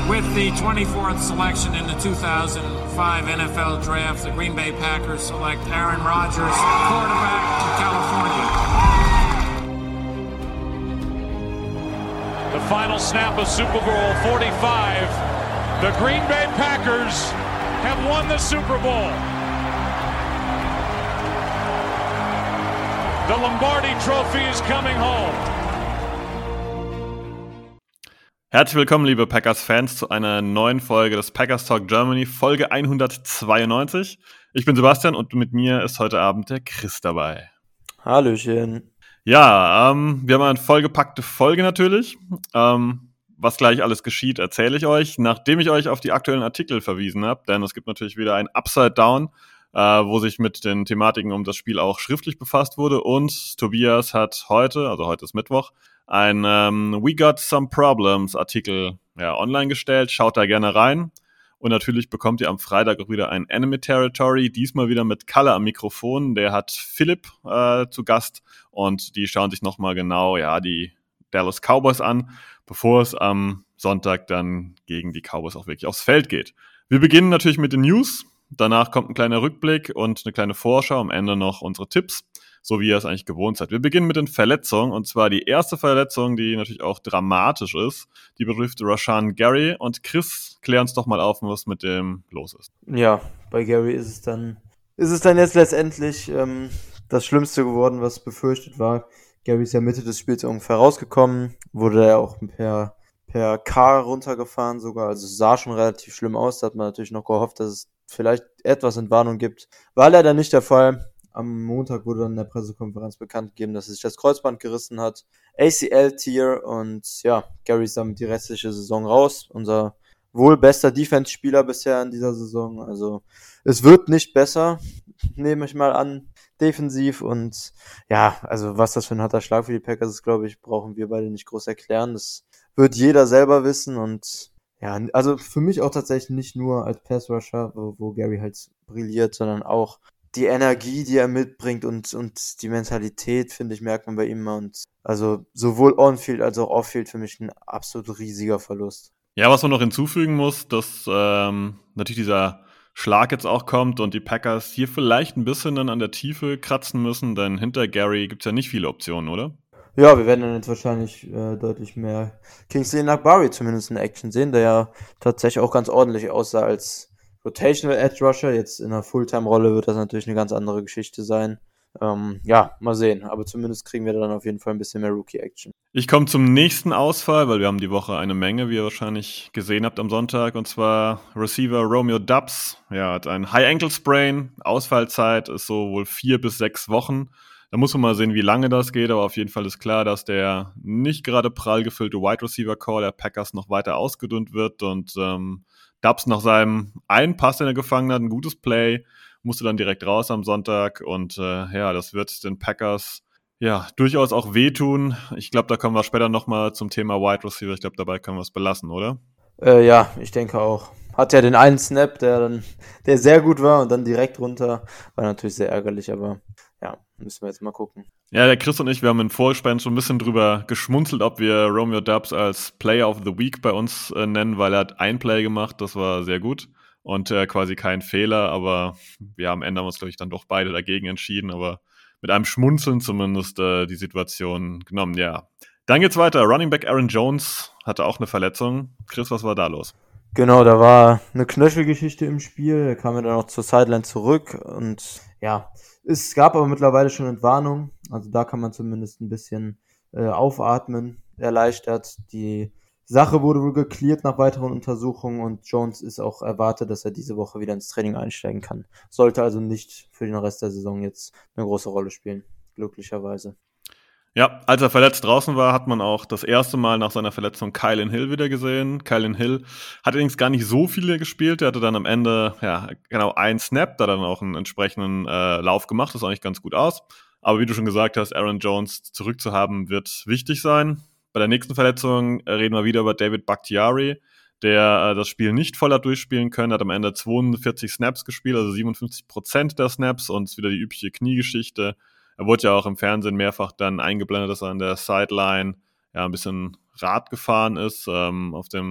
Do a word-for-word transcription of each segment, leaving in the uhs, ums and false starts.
With the twenty-fourth selection in the two thousand five N F L Draft, the Green Bay Packers select Aaron Rodgers, quarterback of California. The final snap of Super Bowl forty-five. The Green Bay Packers have won the Super Bowl. The Lombardi Trophy is coming home. Herzlich willkommen, liebe Packers-Fans, zu einer neuen Folge des Packers Talk Germany, Folge hundertzweiundneunzig. Ich bin Sebastian und mit mir ist heute Abend der Chris dabei. Hallöchen. Ja, ähm, wir haben eine vollgepackte Folge natürlich. Ähm, was gleich alles geschieht, erzähle ich euch, nachdem ich euch auf die aktuellen Artikel verwiesen habe, denn es gibt natürlich wieder ein Upside Down, äh, wo sich mit den Thematiken um das Spiel auch schriftlich befasst wurde, und Tobias hat heute, also heute ist Mittwoch, ein ähm, We Got Some Problems Artikel ja, online gestellt. Schaut da gerne rein. Und natürlich bekommt ihr am Freitag auch wieder ein Enemy Territory, diesmal wieder mit Kalle am Mikrofon. Der hat Philipp äh, zu Gast und die schauen sich nochmal genau ja die Dallas Cowboys an, bevor es am Sonntag dann gegen die Cowboys auch wirklich aufs Feld geht. Wir beginnen natürlich mit den News. Danach kommt ein kleiner Rückblick und eine kleine Vorschau. Am Ende noch unsere Tipps, so wie ihr es eigentlich gewohnt seid. Wir beginnen mit den Verletzungen, und zwar die erste Verletzung, die natürlich auch dramatisch ist, die betrifft Rashan Gary. Und Chris, klär uns doch mal auf, was mit dem los ist. Ja, bei Gary ist es dann, ist es dann jetzt letztendlich ähm, das Schlimmste geworden, was befürchtet war. Gary ist ja Mitte des Spiels ungefähr rausgekommen, wurde ja auch per, per Car runtergefahren sogar, also es sah schon relativ schlimm aus. Da hat man natürlich noch gehofft, dass es vielleicht etwas Entwarnung gibt. War leider nicht der Fall. Am Montag wurde dann in der Pressekonferenz bekannt gegeben, dass er sich das Kreuzband gerissen hat. A C L-Tier, und ja, Gary ist damit die restliche Saison raus. Unser wohl bester Defense-Spieler bisher in dieser Saison. Also es wird nicht besser, nehme ich mal an, defensiv. Und ja, also was das für ein harter Schlag für die Packers ist, glaube ich, brauchen wir beide nicht groß erklären. Das wird jeder selber wissen. Und ja, also für mich auch tatsächlich nicht nur als Pass-Rusher, wo, wo Gary halt brilliert, sondern auch die Energie, die er mitbringt, und, und die Mentalität, finde ich, merkt man bei ihm. Und also sowohl on-field als auch off-field für mich ein absolut riesiger Verlust. Ja, was man noch hinzufügen muss, dass ähm, natürlich dieser Schlag jetzt auch kommt und die Packers hier vielleicht ein bisschen dann an der Tiefe kratzen müssen, denn hinter Gary gibt es ja nicht viele Optionen, oder? Ja, wir werden dann jetzt wahrscheinlich äh, deutlich mehr Kingsley Enagbare zumindest in Action sehen, der ja tatsächlich auch ganz ordentlich aussah als Rotational Edge Rusher. Jetzt in einer Fulltime-Rolle wird das natürlich eine ganz andere Geschichte sein. Ähm, ja, mal sehen. Aber zumindest kriegen wir dann auf jeden Fall ein bisschen mehr Rookie-Action. Ich komme zum nächsten Ausfall, weil wir haben die Woche eine Menge, wie ihr wahrscheinlich gesehen habt am Sonntag, und zwar Receiver Romeo Doubs. Ja, hat ein High-Ankle-Sprain. Ausfallzeit ist so wohl vier bis sechs Wochen. Da muss man mal sehen, wie lange das geht, aber auf jeden Fall ist klar, dass der nicht gerade prall gefüllte Wide Receiver Core der Packers noch weiter ausgedünnt wird, und ähm, Doubs nach seinem einen Pass, den er gefangen hat, ein gutes Play, musste dann direkt raus am Sonntag, und äh, ja, das wird den Packers ja durchaus auch wehtun. Ich glaube, da kommen wir später nochmal zum Thema Wide Receiver. Ich glaube, dabei können wir es belassen, oder? Äh, ja, ich denke auch. Hat ja den einen Snap, der dann, der sehr gut war, und dann direkt runter. War natürlich sehr ärgerlich, aber ja, müssen wir jetzt mal gucken. Ja, der Chris und ich, wir haben im Vorgespräch schon ein bisschen drüber geschmunzelt, ob wir Romeo Doubs als Player of the Week bei uns äh, nennen, weil er hat ein Play gemacht, das war sehr gut und äh, quasi kein Fehler, aber ja, am Ende haben wir uns, glaube ich, dann doch beide dagegen entschieden, aber mit einem Schmunzeln zumindest äh, die Situation genommen, ja. Dann geht's weiter. Running Back Aaron Jones hatte auch eine Verletzung. Chris, was war da los? Genau, da war eine Knöchelgeschichte im Spiel. Er kam ja dann noch zur Sideline zurück, und ja, es gab aber mittlerweile schon Entwarnung. Also da kann man zumindest ein bisschen äh, aufatmen, erleichtert. Die Sache wurde wohl geklärt nach weiteren Untersuchungen, und Jones ist auch erwartet, dass er diese Woche wieder ins Training einsteigen kann. Sollte also nicht für den Rest der Saison jetzt eine große Rolle spielen, glücklicherweise. Ja, als er verletzt draußen war, hat man auch das erste Mal nach seiner Verletzung Kylin Hill wieder gesehen. Kylin Hill hat allerdings gar nicht so viele gespielt. Er hatte dann am Ende ja genau einen Snap, da dann auch einen entsprechenden äh, Lauf gemacht. Das sah eigentlich ganz gut aus. Aber wie du schon gesagt hast, Aaron Jones zurückzuhaben, wird wichtig sein. Bei der nächsten Verletzung reden wir wieder über David Bakhtiari, der äh, das Spiel nicht voll hat durchspielen können. Hat am Ende zweiundvierzig Snaps gespielt, also siebenundfünfzig Prozent der Snaps, und ist wieder die übliche Kniegeschichte. Er wurde ja auch im Fernsehen mehrfach dann eingeblendet, dass er an der Sideline ja ein bisschen Rad gefahren ist, ähm, auf dem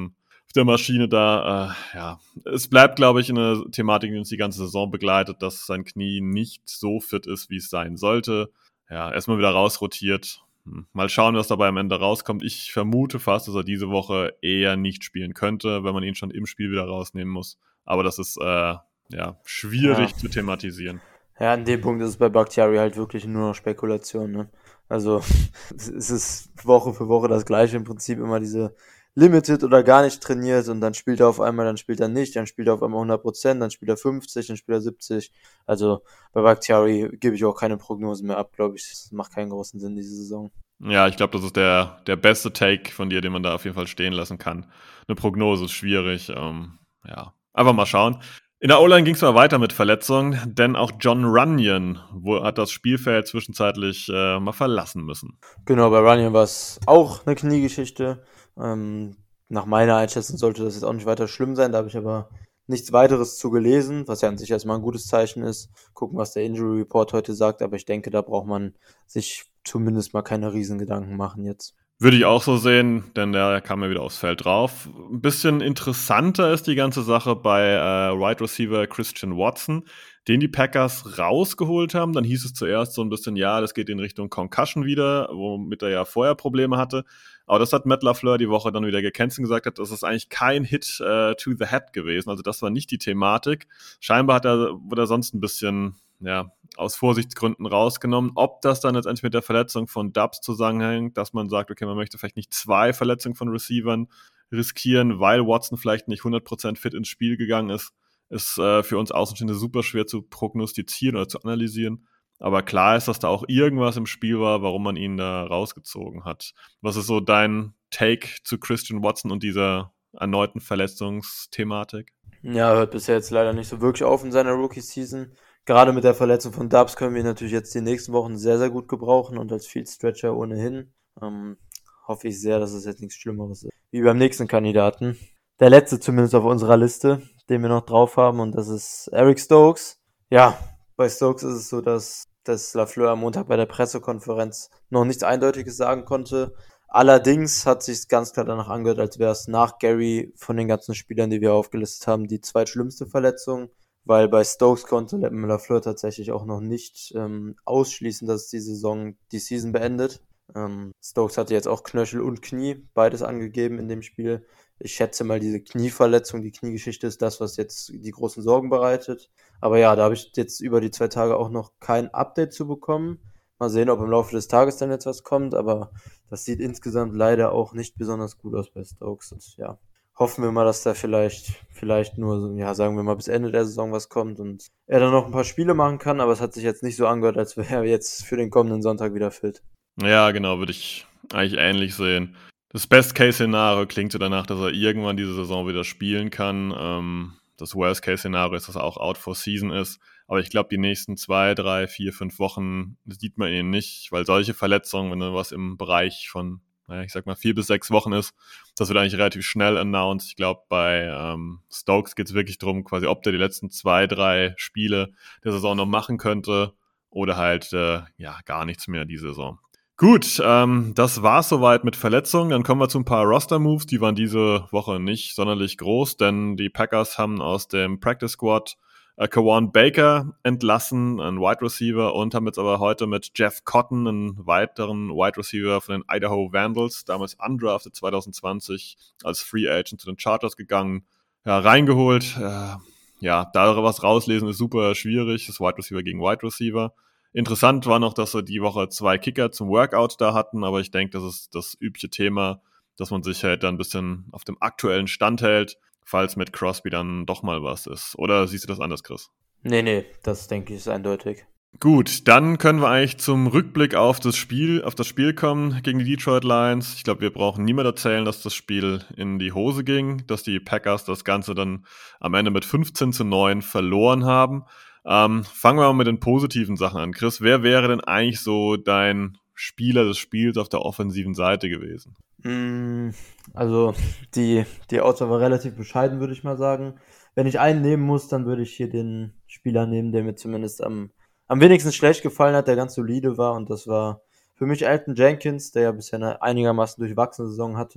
auf der Maschine da. Äh, ja, es bleibt, glaube ich, eine Thematik, die uns die ganze Saison begleitet, dass sein Knie nicht so fit ist, wie es sein sollte. Ja, erstmal wieder rausrotiert. Mal schauen, was dabei am Ende rauskommt. Ich vermute fast, dass er diese Woche eher nicht spielen könnte, wenn man ihn schon im Spiel wieder rausnehmen muss. Aber das ist äh, ja schwierig Ja. zu thematisieren. Ja, an dem Punkt ist es bei Bakhtiari halt wirklich nur noch Spekulation, ne? Also es ist Woche für Woche das gleiche im Prinzip, immer diese Limited oder gar nicht trainiert und dann spielt er auf einmal, dann spielt er nicht, dann spielt er auf einmal hundert Prozent, dann spielt er fünfzig, dann spielt er siebzig. Also bei Bakhtiari gebe ich auch keine Prognose mehr ab, glaube ich. Das macht keinen großen Sinn diese Saison. Ja, ich glaube, das ist der, der beste Take von dir, den man da auf jeden Fall stehen lassen kann. Eine Prognose ist schwierig. Ähm, ja, einfach mal schauen. In der O-Line ging es mal weiter mit Verletzungen, denn auch Jon Runyan wo, hat das Spielfeld zwischenzeitlich äh, mal verlassen müssen. Genau, bei Runyan war es auch eine Kniegeschichte. Ähm, nach meiner Einschätzung sollte das jetzt auch nicht weiter schlimm sein, da habe ich aber nichts weiteres zu gelesen, was ja an sich erstmal ein gutes Zeichen ist. Gucken, was der Injury Report heute sagt, aber ich denke, da braucht man sich zumindest mal keine Riesengedanken machen jetzt. Würde ich auch so sehen, denn der kam ja wieder aufs Feld drauf. Ein bisschen interessanter ist die ganze Sache bei äh, Wide Receiver Christian Watson, den die Packers rausgeholt haben. Dann hieß es zuerst so ein bisschen, ja, das geht in Richtung Concussion wieder, womit er ja vorher Probleme hatte. Aber das hat Matt LaFleur die Woche dann wieder gecancelt und gesagt hat, das ist eigentlich kein Hit äh, to the head gewesen. Also das war nicht die Thematik. Scheinbar hat er, wurde er sonst ein bisschen, ja, aus Vorsichtsgründen rausgenommen. Ob das dann letztendlich mit der Verletzung von Dubs zusammenhängt, dass man sagt, okay, man möchte vielleicht nicht zwei Verletzungen von Receivern riskieren, weil Watson vielleicht nicht hundert Prozent fit ins Spiel gegangen ist, ist äh, für uns Außenstehende super schwer zu prognostizieren oder zu analysieren. Aber klar ist, dass da auch irgendwas im Spiel war, warum man ihn da rausgezogen hat. Was ist so dein Take zu Christian Watson und dieser erneuten Verletzungsthematik? Ja, hört bisher jetzt leider nicht so wirklich auf in seiner Rookie-Season. Gerade mit der Verletzung von Dubs können wir ihn natürlich jetzt die nächsten Wochen sehr, sehr gut gebrauchen und als Field Stretcher ohnehin. Ähm, hoffe ich sehr, dass es jetzt nichts Schlimmeres ist. Wie beim nächsten Kandidaten. Der letzte zumindest auf unserer Liste, den wir noch drauf haben, und das ist Eric Stokes. Ja, bei Stokes ist es so, dass, dass LaFleur am Montag bei der Pressekonferenz noch nichts Eindeutiges sagen konnte. Allerdings hat sich ganz klar danach angehört, als wäre es nach Gary von den ganzen Spielern, die wir aufgelistet haben, die zweitschlimmste Verletzung. Weil bei Stokes konnte LaFleur tatsächlich auch noch nicht ähm, ausschließen, dass die Saison die Season beendet. Ähm, Stokes hatte jetzt auch Knöchel und Knie, beides angegeben in dem Spiel. Ich schätze mal, diese Knieverletzung, die Kniegeschichte ist das, was jetzt die großen Sorgen bereitet. Aber ja, da habe ich jetzt über die zwei Tage auch noch kein Update zu bekommen. Mal sehen, ob im Laufe des Tages dann jetzt was kommt, aber das sieht insgesamt leider auch nicht besonders gut aus bei Stokes. Und ja, hoffen wir mal, dass da vielleicht, vielleicht nur, ja, sagen wir mal, bis Ende der Saison was kommt und er dann noch ein paar Spiele machen kann, aber es hat sich jetzt nicht so angehört, als wäre er jetzt für den kommenden Sonntag wieder fit. Ja, genau, würde ich eigentlich ähnlich sehen. Das Best-Case-Szenario klingt so danach, dass er irgendwann diese Saison wieder spielen kann. Ähm, das Worst-Case-Szenario ist, dass er auch out for season ist. Aber ich glaube, die nächsten zwei, drei, vier, fünf Wochen sieht man ihn nicht, weil solche Verletzungen, wenn da was im Bereich von, naja, ich sag mal, vier bis sechs Wochen ist, das wird eigentlich relativ schnell announced. Ich glaube, bei ähm, Stokes geht es wirklich darum, quasi, ob der die letzten zwei, drei Spiele der Saison noch machen könnte oder halt, äh, ja, gar nichts mehr die Saison. Gut, ähm, das war's soweit mit Verletzungen. Dann kommen wir zu ein paar Roster-Moves. Die waren diese Woche nicht sonderlich groß, denn die Packers haben aus dem Practice Squad äh, Kawan Baker entlassen, einen Wide Receiver, und haben jetzt aber heute mit Jeff Cotton, einen weiteren Wide Receiver von den Idaho Vandals, damals undrafted zwanzig zwanzig, als Free Agent zu den Chargers gegangen, ja, reingeholt. Äh, ja, da was rauslesen ist super schwierig. Das ist Wide Receiver gegen Wide Receiver. Interessant war noch, dass sie die Woche zwei Kicker zum Workout da hatten, aber ich denke, das ist das übliche Thema, dass man sich halt dann ein bisschen auf dem aktuellen Stand hält, falls mit Crosby dann doch mal was ist. Oder siehst du das anders, Chris? Nee, nee, das denke ich ist eindeutig. Gut, dann können wir eigentlich zum Rückblick auf das Spiel, auf das Spiel kommen gegen die Detroit Lions. Ich glaube, wir brauchen niemand erzählen, dass das Spiel in die Hose ging, dass die Packers das Ganze dann am Ende mit fünfzehn zu neun verloren haben. Ähm, fangen wir mal mit den positiven Sachen an. Chris, wer wäre denn eigentlich so dein Spieler des Spiels auf der offensiven Seite gewesen? Mm, Also die, die Auswahl war relativ bescheiden, würde ich mal sagen. Wenn ich einen nehmen muss, dann würde ich hier den Spieler nehmen, der mir zumindest am, am wenigsten schlecht gefallen hat, der ganz solide war. Und das war für mich Elgton Jenkins, der ja bisher eine einigermaßen durchwachsene Saison hatte.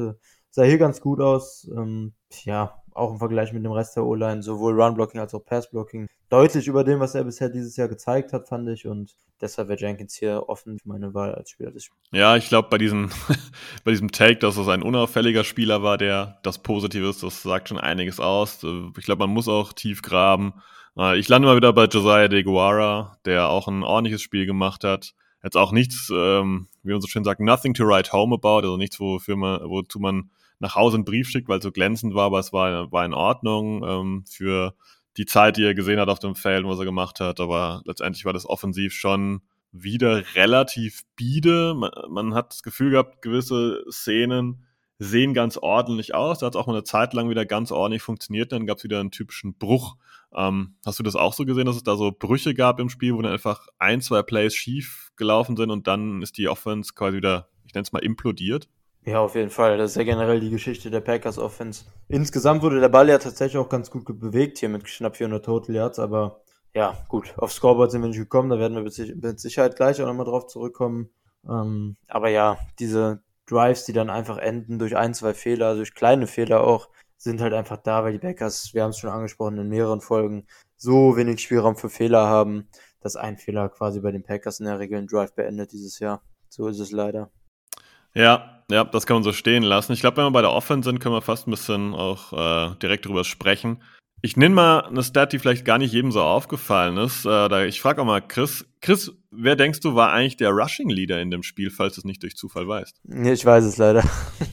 sah hier ganz gut aus. Ähm, ja, auch im Vergleich mit dem Rest der O-Line, sowohl Run-Blocking als auch Pass-Blocking, deutlich über dem, was er bisher dieses Jahr gezeigt hat, fand ich. Und deshalb wäre Jenkins hier offen für meine Wahl als Spieler des Spiels. Ja, ich glaube, bei diesem, bei diesem Take, dass es ein unauffälliger Spieler war, der das Positive ist, das sagt schon einiges aus. Ich glaube, man muss auch tief graben. Ich lande mal wieder bei Josiah DeGuara, der auch ein ordentliches Spiel gemacht hat. Jetzt auch nichts, ähm, wie man so schön sagt, nothing to write home about, also nichts, wofür man, wozu man nach Hause einen Brief schickt, weil es so glänzend war, aber es war, war in Ordnung ähm, für die Zeit, die er gesehen hat auf dem Feld, was er gemacht hat. Aber letztendlich war das offensiv schon wieder relativ biede. Man, man hat das Gefühl gehabt, gewisse Szenen sehen ganz ordentlich aus. Da hat es auch mal eine Zeit lang wieder ganz ordentlich funktioniert. Dann gab es wieder einen typischen Bruch. Ähm, hast du das auch so gesehen, dass es da so Brüche gab im Spiel, wo dann einfach ein, zwei Plays schief gelaufen sind und dann ist die Offense quasi wieder, ich nenne es mal, implodiert? Ja, auf jeden Fall. Das ist ja generell die Geschichte der Packers Offense. Insgesamt wurde der Ball ja tatsächlich auch ganz gut bewegt hier mit knapp vierhundert Total Yards, aber ja, gut, aufs Scoreboard sind wir nicht gekommen, da werden wir mit Sicherheit gleich auch nochmal drauf zurückkommen. Ähm, aber ja, diese Drives, die dann einfach enden durch ein, zwei Fehler, durch kleine Fehler auch, sind halt einfach da, weil die Packers, wir haben es schon angesprochen in mehreren Folgen, so wenig Spielraum für Fehler haben, dass ein Fehler quasi bei den Packers in der Regel einen Drive beendet dieses Jahr. So ist es leider. Ja, ja, das kann man so stehen lassen. Ich glaube, wenn wir bei der Offense sind, können wir fast ein bisschen auch äh, direkt drüber sprechen. Ich nenne mal eine Stat, die vielleicht gar nicht jedem so aufgefallen ist. Äh, da, ich frage auch mal Chris. Chris, wer denkst du, war eigentlich der Rushing-Leader in dem Spiel, falls du es nicht durch Zufall weißt? Nee, ich weiß es leider.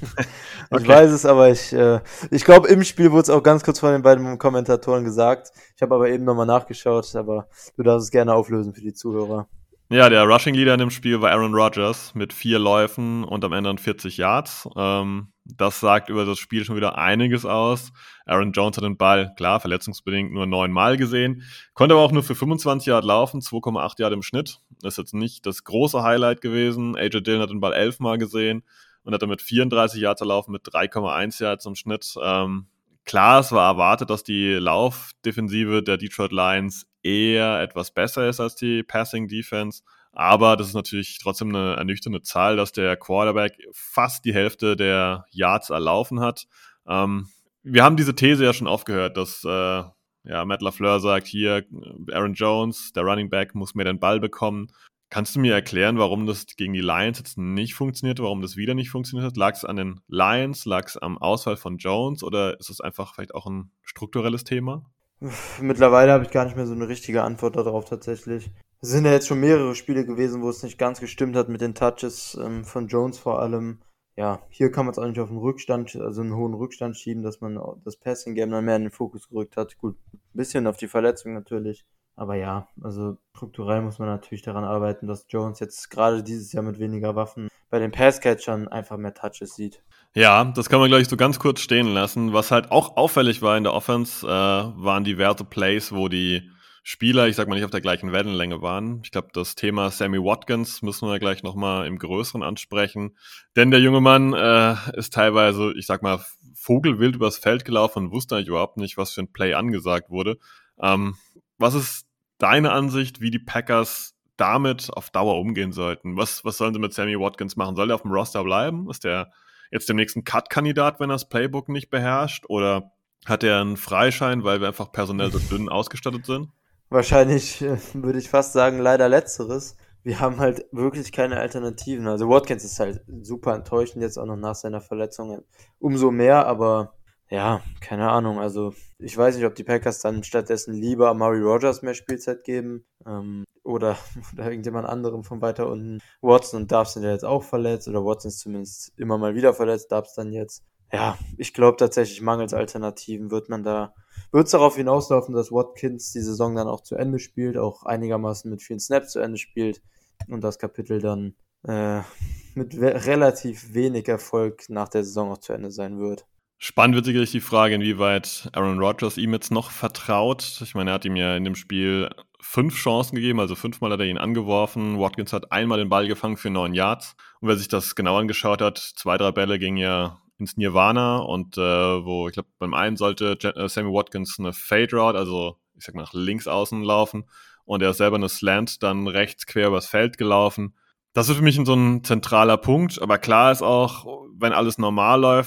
Okay. Ich weiß es, aber ich, äh, ich glaube, im Spiel wurde es auch ganz kurz von den beiden Kommentatoren gesagt. Ich habe aber eben nochmal nachgeschaut, aber du darfst es gerne auflösen für die Zuhörer. Ja, der Rushing-Leader in dem Spiel war Aaron Rodgers mit vier Läufen und am Ende vierzig Yards. Ähm, das sagt über das Spiel schon wieder einiges aus. Aaron Jones hat den Ball, klar, verletzungsbedingt nur neunmal gesehen, konnte aber auch nur für fünfundzwanzig Yard laufen, zwei Komma acht Yard im Schnitt. Das ist jetzt nicht das große Highlight gewesen. A J Dillon hat den Ball elfmal gesehen und hat damit vierunddreißig Yards erlaufen mit drei Komma eins Yards im Schnitt. Ähm, klar, es war erwartet, dass die Laufdefensive der Detroit Lions eher etwas besser ist als die Passing Defense. Aber das ist natürlich trotzdem eine ernüchternde Zahl, dass der Quarterback fast die Hälfte der Yards erlaufen hat. Ähm, wir haben diese These ja schon oft gehört, dass äh, ja, Matt LaFleur sagt, hier, Aaron Jones, der Running Back, muss mehr den Ball bekommen. Kannst du mir erklären, warum das gegen die Lions jetzt nicht funktioniert, warum das wieder nicht funktioniert hat? Lag es an den Lions, lag es am Ausfall von Jones oder ist es einfach vielleicht auch ein strukturelles Thema? Mittlerweile habe ich gar nicht mehr so eine richtige Antwort darauf tatsächlich. Es sind ja jetzt schon mehrere Spiele gewesen, wo es nicht ganz gestimmt hat mit den Touches ähm, von Jones vor allem. Ja, hier kann man es auch nicht auf einen Rückstand, also einen hohen Rückstand schieben, dass man das Passing-Game dann mehr in den Fokus gerückt hat. Gut, ein bisschen auf die Verletzung natürlich. Aber ja, also strukturell muss man natürlich daran arbeiten, dass Jones jetzt gerade dieses Jahr mit weniger Waffen bei den Passcatchern einfach mehr Touches sieht. Ja, das kann man gleich so ganz kurz stehen lassen. Was halt auch auffällig war in der Offense, äh, waren diverse Plays, wo die Spieler, ich sag mal, nicht auf der gleichen Wellenlänge waren. Ich glaube, das Thema Sammy Watkins müssen wir gleich nochmal im Größeren ansprechen. Denn der junge Mann äh, ist teilweise, ich sag mal, vogelwild übers Feld gelaufen und wusste eigentlich überhaupt nicht, was für ein Play angesagt wurde. Ähm, was ist deine Ansicht, wie die Packers damit auf Dauer umgehen sollten? Was, was sollen sie mit Sammy Watkins machen? Soll der auf dem Roster bleiben? Ist der jetzt demnächst ein Cut-Kandidat, wenn er das Playbook nicht beherrscht? Oder hat er einen Freischein, weil wir einfach personell so dünn ausgestattet sind? Wahrscheinlich äh, würde ich fast sagen, leider Letzteres. Wir haben halt wirklich keine Alternativen. Also Watkins ist halt super enttäuschend, jetzt auch noch nach seiner Verletzung. Umso mehr, aber ja, keine Ahnung. Also ich weiß nicht, ob die Packers dann stattdessen lieber Amari Rodgers mehr Spielzeit geben ähm, oder, oder irgendjemand anderem von weiter unten. Watson und Dobbs sind ja jetzt auch verletzt oder Watson ist zumindest immer mal wieder verletzt, Dobbs dann jetzt. Ja, ich glaube tatsächlich, mangels Alternativen wird man da, wird es darauf hinauslaufen, dass Watkins die Saison dann auch zu Ende spielt, auch einigermaßen mit vielen Snaps zu Ende spielt und das Kapitel dann äh, mit we- relativ wenig Erfolg nach der Saison auch zu Ende sein wird. Spannend wird sicherlich die Frage, inwieweit Aaron Rodgers ihm jetzt noch vertraut. Ich meine, er hat ihm ja in dem Spiel fünf Chancen gegeben, also fünfmal hat er ihn angeworfen. Watkins hat einmal den Ball gefangen für neun Yards. Und wer sich das genau angeschaut hat, zwei, drei Bälle gingen ja ins Nirvana und äh, wo, ich glaube, beim einen sollte äh, Sammy Watkins eine Fade Route, also ich sag mal nach links außen laufen und er ist selber eine Slant dann rechts quer übers Feld gelaufen. Das ist für mich so ein zentraler Punkt, aber klar ist auch, wenn alles normal läuft,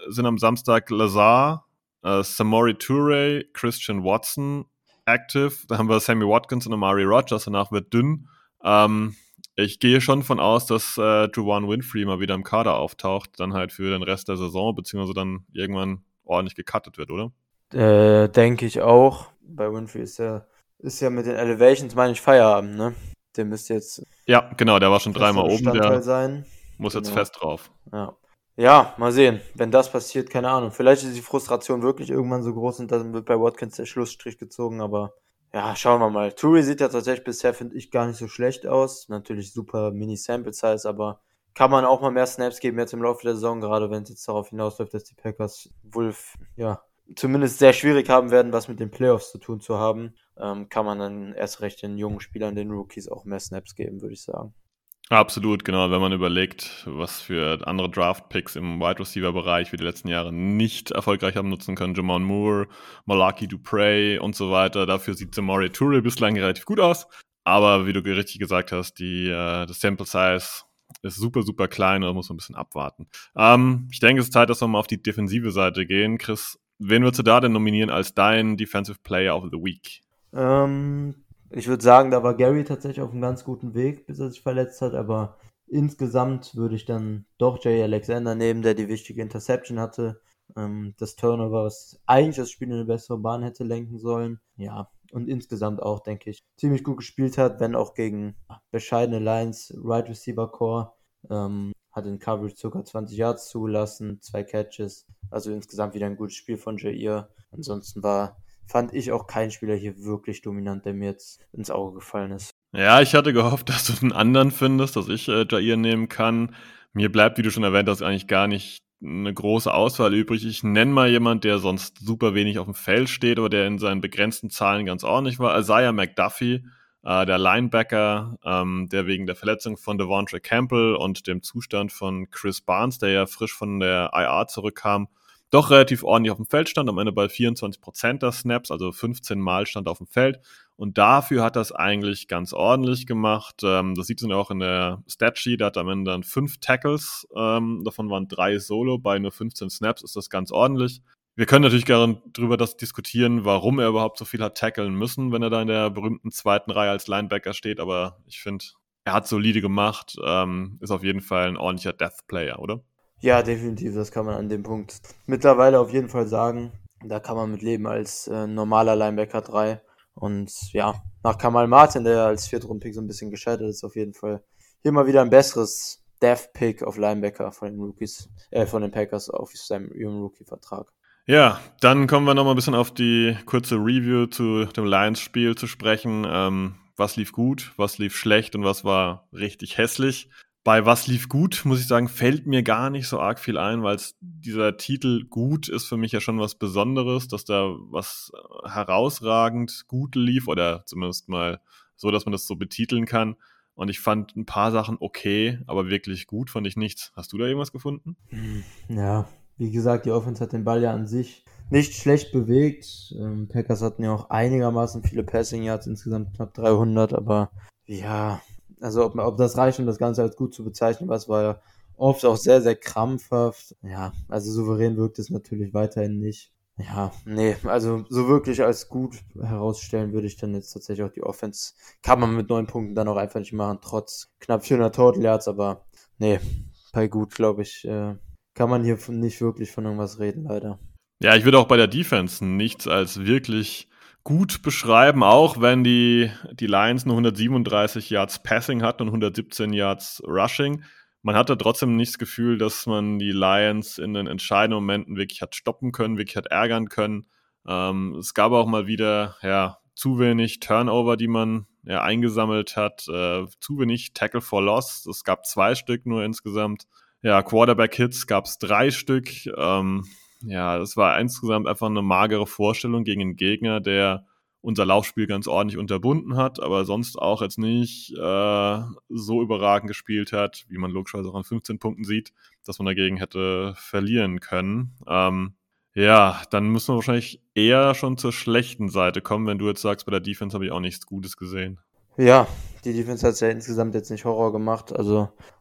sind am Samstag Lazar, äh, Samori Toure, Christian Watson active. Da haben wir Sammy Watkins und Amari Rodgers. Danach wird dünn. Ähm, ich gehe schon von aus, dass äh, Juwan Winfrey mal wieder im Kader auftaucht, dann halt für den Rest der Saison, beziehungsweise dann irgendwann ordentlich gecuttet wird, oder? Äh, denke ich auch. Bei Winfrey ist ja, ist ja mit den Elevations, meine ich, Feierabend, ne? Der müsste jetzt Ja, genau, der war schon fester dreimal oben, Bestandteil der sein. muss jetzt Genau. fest drauf. Ja. Ja, mal sehen. Wenn das passiert, keine Ahnung. Vielleicht ist die Frustration wirklich irgendwann so groß und dann wird bei Watkins der Schlussstrich gezogen, aber ja, schauen wir mal. Toure sieht ja tatsächlich bisher, finde ich, gar nicht so schlecht aus. Natürlich super Mini-Sample-Size, aber kann man auch mal mehr Snaps geben jetzt im Laufe der Saison, gerade wenn es jetzt darauf hinausläuft, dass die Packers wohl, ja, zumindest sehr schwierig haben werden, was mit den Playoffs zu tun zu haben, ähm, kann man dann erst recht den jungen Spielern, den Rookies, auch mehr Snaps geben, würde ich sagen. Absolut, genau. Wenn man überlegt, was für andere Draft-Picks im Wide-Receiver-Bereich wir die letzten Jahre nicht erfolgreich haben nutzen können, Jamon Moore, Malaki Dupre und so weiter. Dafür sieht Samori Toure bislang relativ gut aus. Aber wie du richtig gesagt hast, die, äh, das Sample-Size ist super, super klein, da muss man ein bisschen abwarten. Ähm, ich denke, es ist Zeit, dass wir mal auf die defensive Seite gehen. Chris, wen würdest du da denn nominieren als dein Defensive Player of the Week? Ähm, ich würde sagen, da war Gary tatsächlich auf einem ganz guten Weg, bis er sich verletzt hat, aber insgesamt würde ich dann doch Jay Alexander nehmen, der die wichtige Interception hatte. Ähm, das Turnover, was eigentlich das Spiel in eine bessere Bahn hätte lenken sollen. Ja, und insgesamt auch, denke ich, ziemlich gut gespielt hat, wenn auch gegen bescheidene Lions, Right Receiver Core. Ähm, hat in Coverage ca. zwanzig Yards zugelassen, zwei Catches. Also insgesamt wieder ein gutes Spiel von Jair. Ansonsten war fand ich auch kein Spieler hier wirklich dominant, der mir jetzt ins Auge gefallen ist. Ja, ich hatte gehofft, dass du einen anderen findest, dass ich äh, Jair nehmen kann. Mir bleibt, wie du schon erwähnt hast, eigentlich gar nicht eine große Auswahl übrig. Ich nenne mal jemand, der sonst super wenig auf dem Feld steht, aber der in seinen begrenzten Zahlen ganz ordentlich war. Isaiah McDuffie, äh, der Linebacker, ähm, der wegen der Verletzung von Devontae Campbell und dem Zustand von Chris Barnes, der ja frisch von der I R zurückkam, doch relativ ordentlich auf dem Feld stand, am Ende bei vierundzwanzig Prozent der Snaps, also fünfzehn Mal stand auf dem Feld. Und dafür hat er es eigentlich ganz ordentlich gemacht. Ähm, das sieht man auch in der Statsheet. Er hat am Ende dann fünf Tackles, ähm, davon waren drei Solo. Bei nur fünfzehn Snaps ist das ganz ordentlich. Wir können natürlich gerne darüber das diskutieren, warum er überhaupt so viel hat tackeln müssen, wenn er da in der berühmten zweiten Reihe als Linebacker steht. Aber ich finde, er hat solide gemacht, ähm, ist auf jeden Fall ein ordentlicher Death-Player, oder? Ja, definitiv, das kann man an dem Punkt mittlerweile auf jeden Fall sagen. Da kann man mit leben als äh, normaler Linebacker drei. Und ja, nach Kamal Martin, der als Viertrunden-Pick so ein bisschen gescheitert ist, auf jeden Fall hier mal wieder ein besseres Death-Pick auf Linebacker von den Rookies, äh, von den Packers auf seinem ihrem Rookie-Vertrag. Ja, dann kommen wir nochmal ein bisschen auf die kurze Review zu dem Lions-Spiel zu sprechen. Ähm, was lief gut, was lief schlecht und was war richtig hässlich. Bei was lief gut, muss ich sagen, fällt mir gar nicht so arg viel ein, weil dieser Titel gut ist für mich ja schon was Besonderes, dass da was herausragend gut lief oder zumindest mal so, dass man das so betiteln kann. Und ich fand ein paar Sachen okay, aber wirklich gut fand ich nichts. Hast du da irgendwas gefunden? Ja, wie gesagt, die Offense hat den Ball ja an sich nicht schlecht bewegt. Ähm, Packers hatten ja auch einigermaßen viele Passing Yards, insgesamt knapp dreihundert, aber ja, also ob, ob das reicht, um das Ganze als gut zu bezeichnen, was war ja oft auch sehr, sehr krampfhaft. Ja, also souverän wirkt es natürlich weiterhin nicht. Ja, nee, also so wirklich als gut herausstellen würde ich dann jetzt tatsächlich auch die Offense. Kann man mit neun Punkten dann auch einfach nicht machen, trotz knapp vierhundert Total Yards, aber nee, bei gut, glaube ich, äh, kann man hier nicht wirklich von irgendwas reden, leider. Ja, ich würde auch bei der Defense nichts als wirklich gut beschreiben, auch wenn die, die Lions nur hundertsiebenunddreißig Yards Passing hatten und hundertsiebzehn Yards Rushing. Man hatte trotzdem nicht das Gefühl, dass man die Lions in den entscheidenden Momenten wirklich hat stoppen können, wirklich hat ärgern können. Ähm, es gab auch mal wieder ja, zu wenig Turnover, die man ja, eingesammelt hat, äh, zu wenig Tackle for Loss. Es gab zwei Stück nur insgesamt. Ja, Quarterback-Hits gab es drei Stück. Ähm, Ja, es war insgesamt einfach eine magere Vorstellung gegen einen Gegner, der unser Laufspiel ganz ordentlich unterbunden hat, aber sonst auch jetzt nicht äh, so überragend gespielt hat, wie man logischerweise auch an fünfzehn Punkten sieht, dass man dagegen hätte verlieren können. Ähm, ja, dann müssen wir wahrscheinlich eher schon zur schlechten Seite kommen, wenn du jetzt sagst, bei der Defense habe ich auch nichts Gutes gesehen. Ja, die Defense hat es ja insgesamt jetzt nicht Horror gemacht, also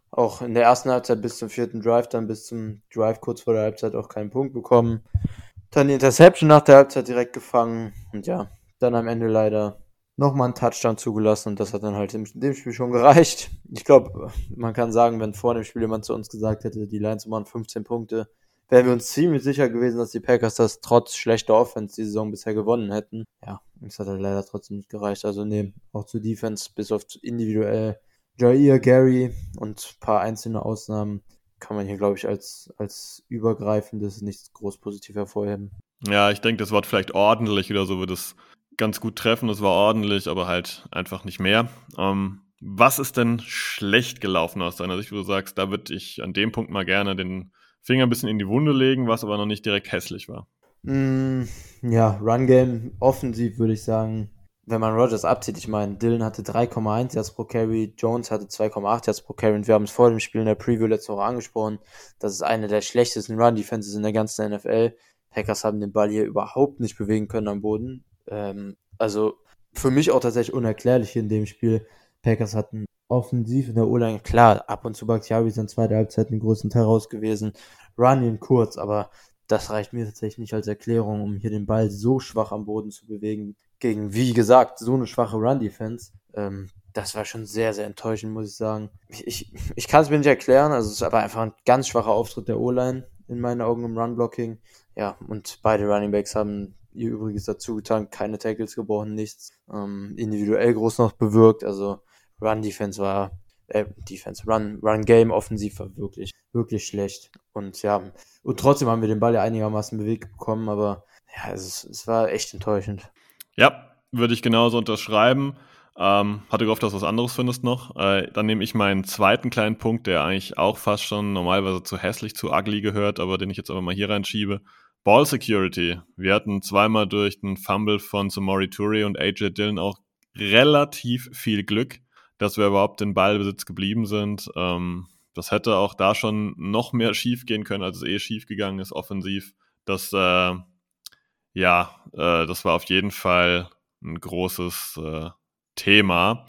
auch in der ersten Halbzeit bis zum vierten Drive, dann bis zum Drive kurz vor der Halbzeit auch keinen Punkt bekommen. Dann die Interception nach der Halbzeit direkt gefangen und ja, dann am Ende leider nochmal einen Touchdown zugelassen und das hat dann halt in dem Spiel schon gereicht. Ich glaube, man kann sagen, wenn vor dem Spiel jemand zu uns gesagt hätte, die Lions machen fünfzehn Punkte, wären wir uns ziemlich sicher gewesen, dass die Packers das trotz schlechter Offense die Saison bisher gewonnen hätten. Ja, es hat halt leider trotzdem nicht gereicht. Also nee, auch zur Defense, bis auf individuell Jair, Gary und ein paar einzelne Ausnahmen kann man hier, glaube ich, als, als übergreifendes nichts groß positiv hervorheben. Ja, ich denke, das Wort vielleicht ordentlich oder so wird es ganz gut treffen. Das war ordentlich, aber halt einfach nicht mehr. Ähm, was ist denn schlecht gelaufen aus deiner Sicht, wo du sagst, da würde ich an dem Punkt mal gerne den Finger ein bisschen in die Wunde legen, was aber noch nicht direkt hässlich war? Mm, ja, Run-Game offensiv würde ich sagen, wenn man Rodgers abzieht, ich meine, Dillon hatte drei Komma eins Yards pro Carry, Jones hatte zwei Komma acht Yards pro Carry und wir haben es vor dem Spiel in der Preview letzte Woche angesprochen, das ist eine der schlechtesten Run-Defenses in der ganzen N F L. Packers haben den Ball hier überhaupt nicht bewegen können am Boden. Ähm, also für mich auch tatsächlich unerklärlich hier in dem Spiel. Packers hatten offensiv in der O-Line, klar, ab und zu Bakhtiari ist in zweiter Halbzeit den größten Teil raus gewesen, Running kurz, aber das reicht mir tatsächlich nicht als Erklärung, um hier den Ball so schwach am Boden zu bewegen, gegen, wie gesagt, so eine schwache Run-Defense. Ähm, das war schon sehr, sehr enttäuschend, muss ich sagen. Ich, ich, ich kann es mir nicht erklären, also es ist aber einfach ein ganz schwacher Auftritt der O-Line in meinen Augen im Run-Blocking. Ja, und beide Runningbacks haben ihr Übriges dazu getan, keine Tackles gebrochen, nichts. Ähm, individuell groß noch bewirkt, also Run-Defense war, äh, Defense, Run, Run-Game offensiv war wirklich, wirklich schlecht. Und ja, und trotzdem haben wir den Ball ja einigermaßen bewegt bekommen, aber ja, es, es war echt enttäuschend. Ja, würde ich genauso unterschreiben. Ähm, hatte gehofft, dass du was anderes findest noch. Äh, dann nehme ich meinen zweiten kleinen Punkt, der eigentlich auch fast schon normalerweise zu hässlich, zu ugly gehört, aber den ich jetzt aber mal hier reinschiebe. Ball Security. Wir hatten zweimal durch den Fumble von Samori Toure und A J Dillon auch relativ viel Glück, dass wir überhaupt in Ballbesitz geblieben sind. Ähm, das hätte auch da schon noch mehr schief gehen können, als es eh schief gegangen ist, offensiv. Das, äh, ja, äh, das war auf jeden Fall ein großes äh, Thema.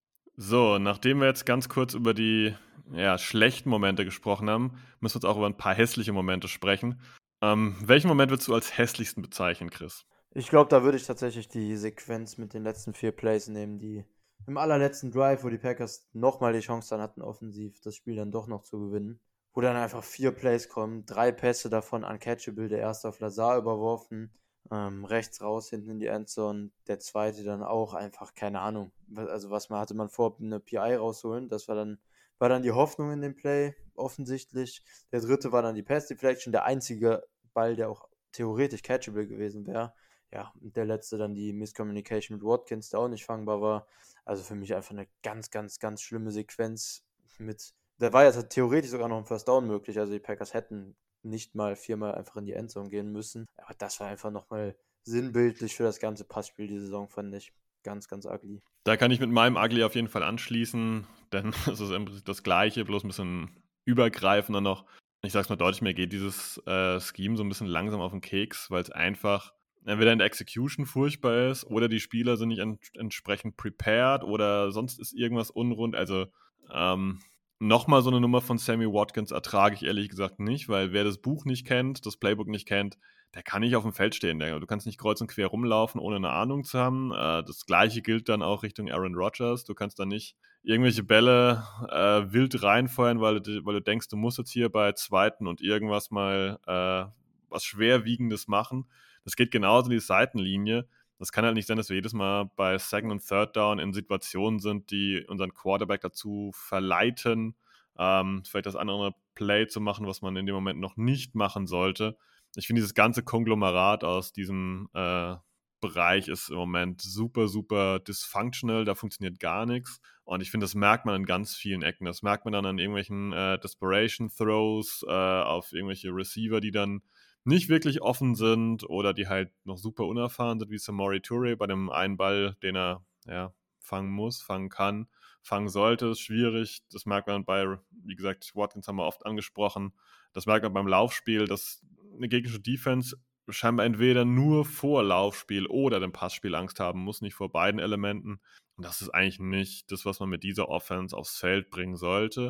So, nachdem wir jetzt ganz kurz über die ja, schlechten Momente gesprochen haben, müssen wir jetzt auch über ein paar hässliche Momente sprechen. Ähm, welchen Moment würdest du als hässlichsten bezeichnen, Chris? Ich glaube, da würde ich tatsächlich die Sequenz mit den letzten vier Plays nehmen, die im allerletzten Drive, wo die Packers nochmal die Chance dann hatten, offensiv das Spiel dann doch noch zu gewinnen. Wo dann einfach vier Plays kommen, drei Pässe davon uncatchable, der erste auf Lazar überworfen, ähm, rechts raus, hinten in die Endzone, der zweite dann auch einfach, keine Ahnung, also was man hatte man vor, eine P I rausholen, das war dann, war dann die Hoffnung in dem Play, offensichtlich. Der dritte war dann die Pass Deflection, der einzige Ball, der auch theoretisch catchable gewesen wäre. Ja, und der letzte dann die Miscommunication mit Watkins, der auch nicht fangbar war. Also für mich einfach eine ganz, ganz, ganz schlimme Sequenz mit, da war ja theoretisch sogar noch ein First Down möglich, also die Packers hätten nicht mal viermal einfach in die Endzone gehen müssen. Aber das war einfach nochmal sinnbildlich für das ganze Passspiel die Saison, fand ich. Ganz, ganz ugly. Da kann ich mit meinem Ugly auf jeden Fall anschließen, denn es ist im Prinzip das Gleiche, bloß ein bisschen übergreifender noch. Ich sag's mal deutlich, mir geht dieses äh, Scheme so ein bisschen langsam auf den Keks, weil es einfach entweder in der Execution furchtbar ist oder die Spieler sind nicht ent- entsprechend prepared oder sonst ist irgendwas unrund. Also ähm, nochmal so eine Nummer von Sammy Watkins ertrage ich ehrlich gesagt nicht, weil wer das Buch nicht kennt, das Playbook nicht kennt, der kann nicht auf dem Feld stehen. Der, du kannst nicht kreuz und quer rumlaufen, ohne eine Ahnung zu haben. Äh, das Gleiche gilt dann auch Richtung Aaron Rodgers. Du kannst da nicht irgendwelche Bälle äh, wild reinfeuern, weil du, weil du denkst, du musst jetzt hier bei zweiten und irgendwas mal äh, was Schwerwiegendes machen. Das geht genauso in die Seitenlinie. Das kann halt nicht sein, dass wir jedes Mal bei Second und Third Down in Situationen sind, die unseren Quarterback dazu verleiten, ähm, vielleicht das andere Play zu machen, was man in dem Moment noch nicht machen sollte. Ich finde, dieses ganze Konglomerat aus diesem äh, Bereich ist im Moment super, super dysfunctional. Da funktioniert gar nichts. Und ich finde, das merkt man an ganz vielen Ecken. Das merkt man dann an irgendwelchen äh, Desperation-Throws äh, auf irgendwelche Receiver, die dann nicht wirklich offen sind oder die halt noch super unerfahren sind, wie Samori Toure bei dem einen Ball, den er ja, fangen muss, fangen kann, fangen sollte, ist schwierig. Das merkt man bei, wie gesagt, Watkins haben wir oft angesprochen. Das merkt man beim Laufspiel, dass eine gegnerische Defense scheinbar entweder nur vor Laufspiel oder dem Passspiel Angst haben muss, nicht vor beiden Elementen. Und das ist eigentlich nicht das, was man mit dieser Offense aufs Feld bringen sollte.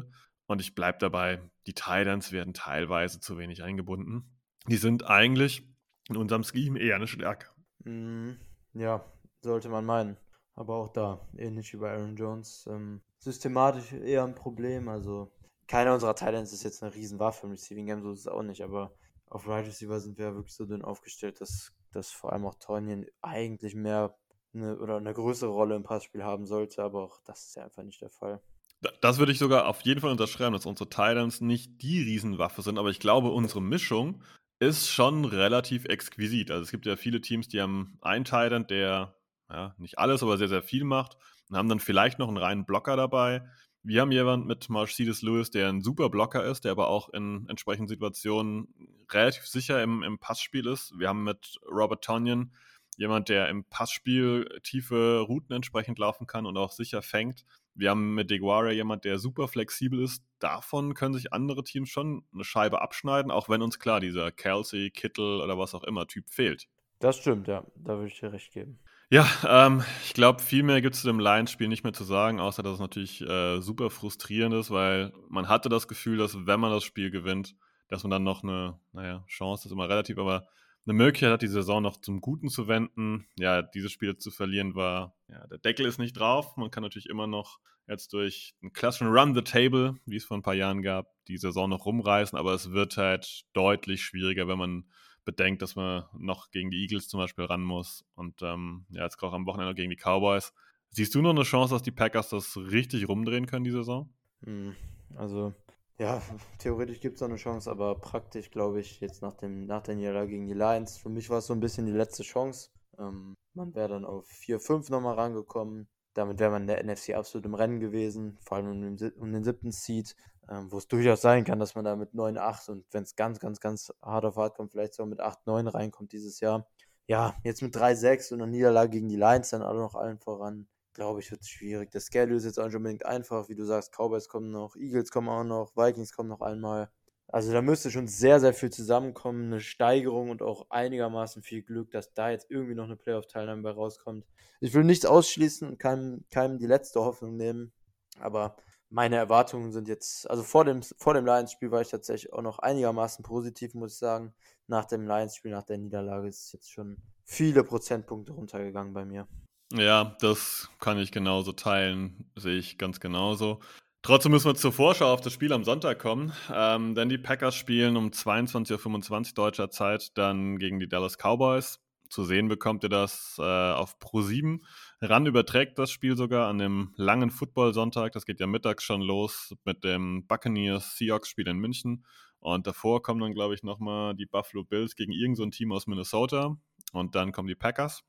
Und ich bleibe dabei, die Titans werden teilweise zu wenig eingebunden. Die sind eigentlich in unserem Scheme eher eine Stärke. Mm, ja, sollte man meinen. Aber auch da, ähnlich wie bei Aaron Jones, ähm, systematisch eher ein Problem. Also keiner unserer Titans ist jetzt eine Riesenwaffe im Receiving Game, so ist es auch nicht. Aber auf Wide Receiver sind wir ja wirklich so dünn aufgestellt, dass, dass vor allem auch Tonyan eigentlich mehr eine, oder eine größere Rolle im Passspiel haben sollte. Aber auch das ist ja einfach nicht der Fall. Das würde ich sogar auf jeden Fall unterschreiben, dass unsere Titans nicht die Riesenwaffe sind, aber ich glaube, unsere Mischung ist schon relativ exquisit. Also es gibt ja viele Teams, die haben einen Titan, der ja, nicht alles, aber sehr, sehr viel macht und haben dann vielleicht noch einen reinen Blocker dabei. Wir haben jemanden mit Mercedes Lewis, der ein super Blocker ist, der aber auch in entsprechenden Situationen relativ sicher im, im Passspiel ist. Wir haben mit Robert Tonyan jemand, der im Passspiel tiefe Routen entsprechend laufen kann und auch sicher fängt. Wir haben mit DeGuara jemand, der super flexibel ist. Davon können sich andere Teams schon eine Scheibe abschneiden, auch wenn uns klar dieser Kelsey, Kittle oder was auch immer Typ fehlt. Das stimmt, ja. Da würde ich dir recht geben. Ja, ähm, ich glaube, viel mehr gibt es zu dem Lions-Spiel nicht mehr zu sagen, außer dass es natürlich äh, super frustrierend ist, weil man hatte das Gefühl, dass wenn man das Spiel gewinnt, dass man dann noch eine, naja, Chance ist immer relativ, aber eine Möglichkeit hat, die Saison noch zum Guten zu wenden. Ja, dieses Spiel zu verlieren war, ja, der Deckel ist nicht drauf. Man kann natürlich immer noch jetzt durch einen klassischen Run the Table, wie es vor ein paar Jahren gab, die Saison noch rumreißen, aber es wird halt deutlich schwieriger, wenn man bedenkt, dass man noch gegen die Eagles zum Beispiel ran muss und ähm, ja, jetzt auch am Wochenende gegen die Cowboys. Siehst du noch eine Chance, dass die Packers das richtig rumdrehen können, die Saison? Hm, Also, ja, theoretisch gibt es noch eine Chance, aber praktisch glaube ich, jetzt nach dem, nach der Niederlage gegen die Lions, für mich war es so ein bisschen die letzte Chance. Ähm, man wäre dann auf vier fünf nochmal rangekommen. Damit wäre man in der N F C absolut im Rennen gewesen, vor allem um den, sieb- um den siebten Seed, ähm, wo es durchaus sein kann, dass man da mit neun acht und wenn es ganz, ganz, ganz hart auf hart kommt, vielleicht sogar mit acht neun reinkommt dieses Jahr. Ja, jetzt mit drei sechs und einer Niederlage gegen die Lions dann alle noch allen voran, glaube ich, wird es schwierig. Das Schedule ist jetzt auch nicht unbedingt einfach, wie du sagst, Cowboys kommen noch, Eagles kommen auch noch, Vikings kommen noch einmal. Also da müsste schon sehr, sehr viel zusammenkommen, eine Steigerung und auch einigermaßen viel Glück, dass da jetzt irgendwie noch eine Playoff-Teilnahme bei rauskommt. Ich will nichts ausschließen und keinem, keinem die letzte Hoffnung nehmen, aber meine Erwartungen sind jetzt, also vor dem, vor dem Lions-Spiel war ich tatsächlich auch noch einigermaßen positiv, muss ich sagen. Nach dem Lions-Spiel, nach der Niederlage ist es jetzt schon viele Prozentpunkte runtergegangen bei mir. Ja, das kann ich genauso teilen, sehe ich ganz genauso. Trotzdem müssen wir zur Vorschau auf das Spiel am Sonntag kommen, ähm, denn die Packers spielen um zweiundzwanzig Uhr fünfundzwanzig deutscher Zeit dann gegen die Dallas Cowboys. Zu sehen bekommt ihr das äh, auf Pro sieben. RAN überträgt das Spiel sogar an dem langen Football-Sonntag. Das geht ja mittags schon los mit dem Buccaneers-Seahawks-Spiel in München. Und davor kommen dann, glaube ich, nochmal die Buffalo Bills gegen irgend so ein Team aus Minnesota. Und dann kommen die Packers.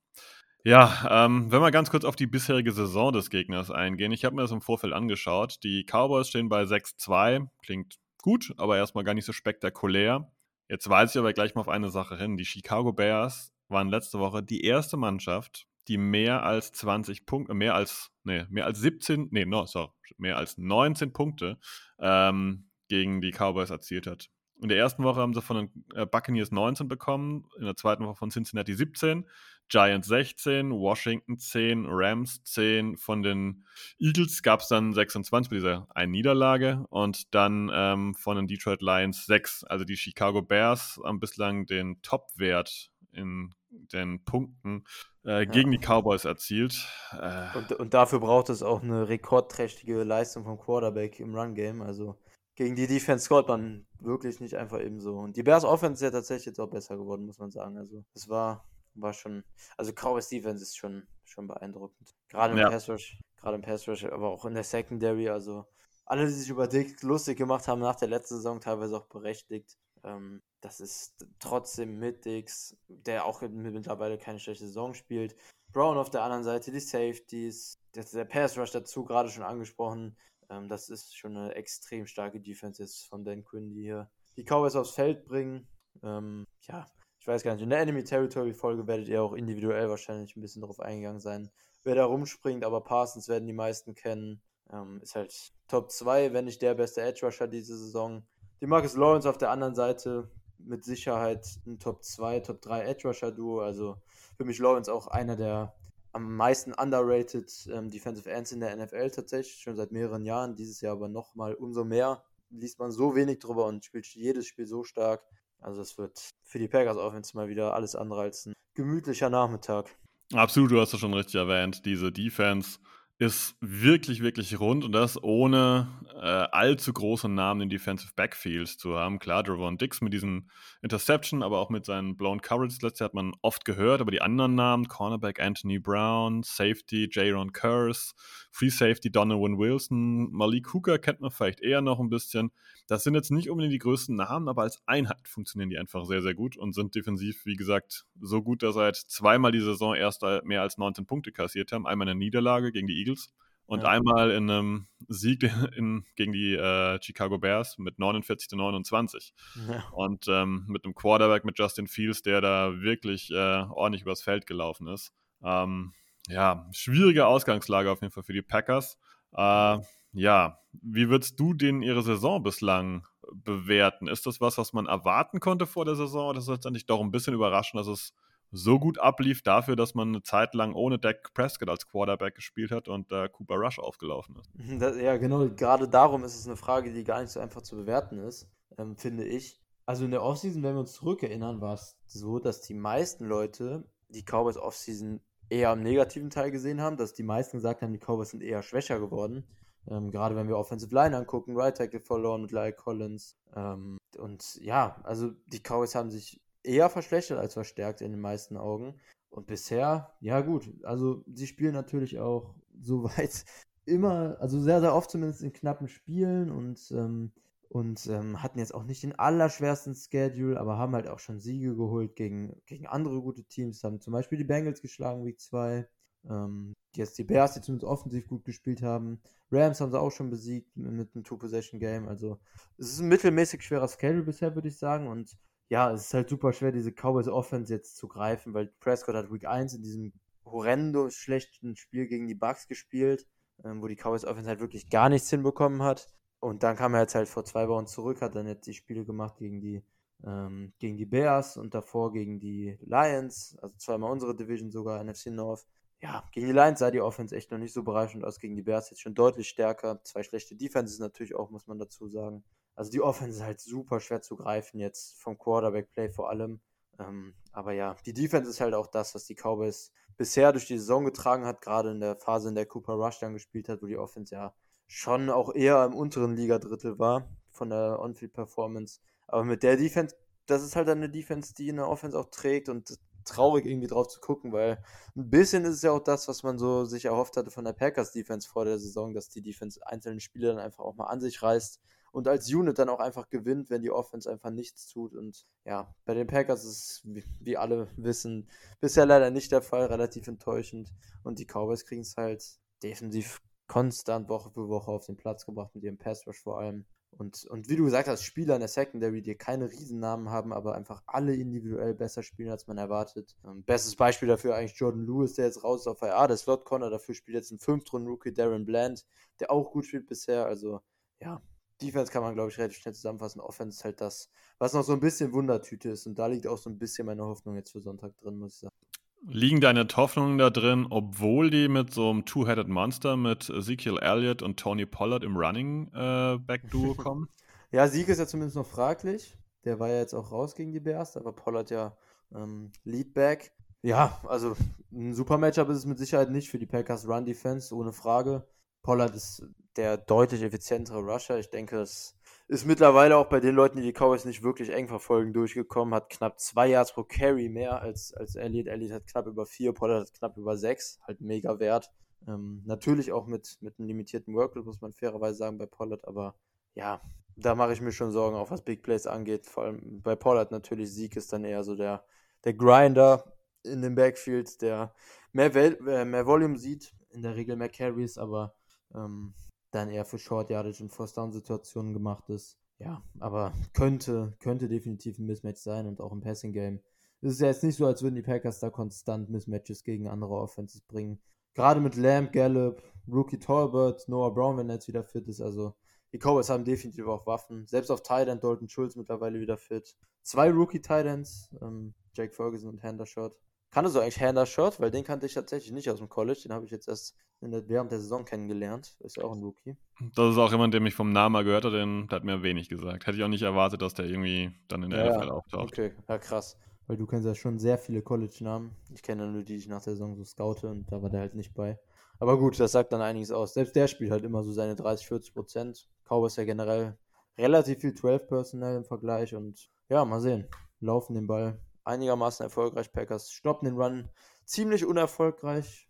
Ja, ähm, wenn wir ganz kurz auf die bisherige Saison des Gegners eingehen. Ich habe mir das im Vorfeld angeschaut. Die Cowboys stehen bei sechs zwei. Klingt gut, aber erstmal gar nicht so spektakulär. Jetzt weise ich aber gleich mal auf eine Sache hin. Die Chicago Bears waren letzte Woche die erste Mannschaft, die mehr als zwanzig Punkte, mehr als, nee, mehr als siebzehn, nee, no, sorry, mehr als neunzehn Punkte ähm, gegen die Cowboys erzielt hat. In der ersten Woche haben sie von den äh, Buccaneers neunzehn bekommen, in der zweiten Woche von Cincinnati siebzehn, Giants sechzehn, Washington zehn, Rams zehn. Von den Eagles gab es dann sechsundzwanzig bei dieser einen Niederlage und dann ähm, von den Detroit Lions sechs. Also die Chicago Bears haben bislang den Top-Wert in den Punkten äh, gegen Ja. die Cowboys erzielt. Äh, Und, und dafür braucht es auch eine rekordträchtige Leistung vom Quarterback im Run-Game. Also gegen die Defense scoret man wirklich nicht einfach eben so. Und die Bears Offense ist ja tatsächlich jetzt auch besser geworden, muss man sagen. Also es war, war schon, also Cowboys Defense ist schon, schon beeindruckend. Gerade im ja. Pass Rush, gerade im Pass Rush, aber auch in der Secondary. Also alle, die sich über Dick lustig gemacht haben nach der letzten Saison, teilweise auch berechtigt. Ähm, das ist trotzdem mit Dix, der auch mittlerweile keine schlechte Saison spielt. Brown auf der anderen Seite, die Safeties, der, der Pass Rush dazu, gerade schon angesprochen. Ähm, das ist schon eine extrem starke Defense jetzt von Dan Quinn, die hier die Cowboys aufs Feld bringen. Ähm, ja, ich weiß gar nicht, in der Enemy Territory Folge werdet ihr auch individuell wahrscheinlich ein bisschen drauf eingegangen sein, wer da rumspringt, aber Parsons werden die meisten kennen. Ähm, ist halt Top zwei, wenn nicht der beste Edge Rusher diese Saison. Die Marcus Lawrence auf der anderen Seite mit Sicherheit ein Top zwei, Top drei Edge Rusher Duo. Also für mich Lawrence auch einer der am meisten underrated ähm, Defensive Ends in der N F L tatsächlich, schon seit mehreren Jahren, dieses Jahr aber nochmal umso mehr. liest man so wenig drüber und spielt jedes Spiel so stark. Also es wird für die Packers Offense mal wieder alles andere als ein gemütlicher Nachmittag. Absolut, du hast es schon richtig erwähnt. Diese Defense ist wirklich, wirklich rund und das ohne äh, allzu große Namen in Defensive Backfield zu haben. Klar, Trevon Diggs mit diesen Interception, aber auch mit seinen Blown Coverage letztes Jahr hat man oft gehört, aber die anderen Namen, Cornerback Anthony Brown, Safety Jaron Kearse, Free Safety Donovan Wilson, Malik Hooker kennt man vielleicht eher noch ein bisschen. Das sind jetzt nicht unbedingt die größten Namen, aber als Einheit funktionieren die einfach sehr, sehr gut und sind defensiv, wie gesagt, so gut, dass seit zweimal die Saison erst mehr als neunzehn Punkte kassiert haben. Einmal in der Niederlage gegen die Eagles und ja. einmal in einem Sieg in, gegen die äh, Chicago Bears mit neunundvierzig zu neunundzwanzig. Ja. Und ähm, mit einem Quarterback, mit Justin Fields, der da wirklich äh, ordentlich übers Feld gelaufen ist. Ähm, ja, schwierige Ausgangslage auf jeden Fall für die Packers. Äh, ja, wie würdest du denen ihre Saison bislang bewerten? Ist das was, was man erwarten konnte vor der Saison? Oder ist es letztendlich doch ein bisschen überraschend, dass es so gut ablief dafür, dass man eine Zeit lang ohne Dak Prescott als Quarterback gespielt hat und äh, Cooper Rush aufgelaufen ist? Das, ja, genau. Gerade darum ist es eine Frage, die gar nicht so einfach zu bewerten ist, ähm, finde ich. Also in der Offseason, wenn wir uns zurückerinnern, war es so, dass die meisten Leute die Cowboys Offseason eher am negativen Teil gesehen haben, dass die meisten gesagt haben, die Cowboys sind eher schwächer geworden. Ähm, gerade wenn wir Offensive Line angucken, Right Tackle verloren mit La'el Collins. Ähm, und ja, also die Cowboys haben sich eher verschlechtert als verstärkt in den meisten Augen. Und bisher, ja gut, also sie spielen natürlich auch soweit immer, also sehr, sehr oft zumindest in knappen Spielen und, ähm, und ähm, hatten jetzt auch nicht den allerschwersten Schedule, aber haben halt auch schon Siege geholt gegen, gegen andere gute Teams, haben zum Beispiel die Bengals geschlagen, Week zwei, ähm, jetzt die Bears, die zumindest offensiv gut gespielt haben. Rams haben sie auch schon besiegt mit einem Two-Possession-Game, also es ist ein mittelmäßig schwerer Schedule bisher, würde ich sagen, und ja, es ist halt super schwer, diese Cowboys Offense jetzt zu greifen, weil Prescott hat Week eins in diesem horrendo schlechten Spiel gegen die Bucks gespielt, ähm, wo die Cowboys Offense halt wirklich gar nichts hinbekommen hat. Und dann kam er jetzt halt vor zwei Wochen zurück, hat dann jetzt die Spiele gemacht gegen die, ähm, gegen die Bears und davor gegen die Lions, also zweimal unsere Division sogar, N F C North. Ja, gegen die Lions sah die Offense echt noch nicht so berauschend aus, gegen die Bears jetzt schon deutlich stärker. Zwei schlechte Defenses natürlich auch, muss man dazu sagen. Also die Offense ist halt super schwer zu greifen jetzt, vom Quarterback-Play vor allem. Ähm, aber ja, die Defense ist halt auch das, was die Cowboys bisher durch die Saison getragen hat, gerade in der Phase, in der Cooper Rush dann gespielt hat, wo die Offense ja schon auch eher im unteren Liga-Drittel war von der On-Field-Performance. Aber mit der Defense, das ist halt dann eine Defense, die in der Offense auch trägt und traurig irgendwie drauf zu gucken, weil ein bisschen ist es ja auch das, was man so sich erhofft hatte von der Packers-Defense vor der Saison, dass die Defense einzelne Spiele dann einfach auch mal an sich reißt und als Unit dann auch einfach gewinnt, wenn die Offense einfach nichts tut. Und ja, bei den Packers ist es, wie, wie alle wissen, bisher leider nicht der Fall, relativ enttäuschend. Und die Cowboys kriegen es halt defensiv konstant Woche für Woche auf den Platz gebracht, mit ihrem Pass Rush vor allem. Und, und wie du gesagt hast, Spieler in der Secondary, die keine Riesennamen haben, aber einfach alle individuell besser spielen, als man erwartet. Ähm, bestes Beispiel dafür eigentlich Jordan Lewis, der jetzt raus ist auf I R, der Slot-Corner, dafür spielt jetzt ein Fünftrunden-Rookie Darren Bland, der auch gut spielt bisher. Also ja, Defense kann man, glaube ich, relativ schnell zusammenfassen. Offense ist halt das, was noch so ein bisschen Wundertüte ist. Und da liegt auch so ein bisschen meine Hoffnung jetzt für Sonntag drin, muss ich sagen. Liegen deine Hoffnungen da drin, obwohl die mit so einem Two-Headed Monster mit Ezekiel Elliott und Tony Pollard im Running-Back-Duo äh, kommen? Ja, Sieg ist ja zumindest noch fraglich. Der war ja jetzt auch raus gegen die Bears, aber Pollard ja ähm, Leadback. Ja, also ein super Matchup ist es mit Sicherheit nicht für die Packers Run-Defense, ohne Frage. Pollard ist der deutlich effizientere Rusher. Ich denke, es ist mittlerweile auch bei den Leuten, die die Cowboys nicht wirklich eng verfolgen, durchgekommen. Hat knapp zwei Yards pro Carry mehr als, als Elliott. Elliott hat knapp über vier, Pollard hat knapp über sechs. Halt mega Wert. Ähm, natürlich auch mit, mit einem limitierten Workload, muss man fairerweise sagen, bei Pollard. Aber ja, da mache ich mir schon Sorgen, auch was Big Plays angeht. Vor allem bei Pollard natürlich. Sieg ist dann eher so der, der Grinder in dem Backfield, der mehr, Vel- äh, mehr Volume sieht. In der Regel mehr Carries, aber ähm, dann eher für Short Yardage und First Down Situationen gemacht ist. Ja, aber könnte, könnte definitiv ein Mismatch sein und auch im Passing Game. Es ist ja jetzt nicht so, als würden die Packers da konstant Mismatches gegen andere Offenses bringen. Gerade mit Lamb, Gallup, Rookie Talbot, Noah Brown, wenn er jetzt wieder fit ist. Also die Cowboys haben definitiv auch Waffen. Selbst auf Tight End Dalton Schultz mittlerweile wieder fit. Zwei Rookie Tight Ends, ähm, Jake Ferguson und Hendershot. Kanntest du eigentlich Hannah Short? Weil den kannte ich tatsächlich nicht aus dem College. Den habe ich jetzt erst in der, während der Saison kennengelernt. Ist ja auch ein Rookie. Das ist auch jemand, der mich vom Namen mal gehört hat, den, der hat mir wenig gesagt. Hätte ich auch nicht erwartet, dass der irgendwie dann in der Ja, N F L ja. auftaucht. Okay, ja krass. Weil du kennst ja schon sehr viele College-Namen. Ich kenne nur die, die ich nach der Saison so scoute und da war der halt nicht bei. Aber gut, das sagt dann einiges aus. Selbst der spielt halt immer so seine dreißig, vierzig Prozent. Cowboys ja generell relativ viel zwölf Personnel im Vergleich und ja, mal sehen. Laufen den Ball einigermaßen erfolgreich. Packers stoppen den Run ziemlich unerfolgreich.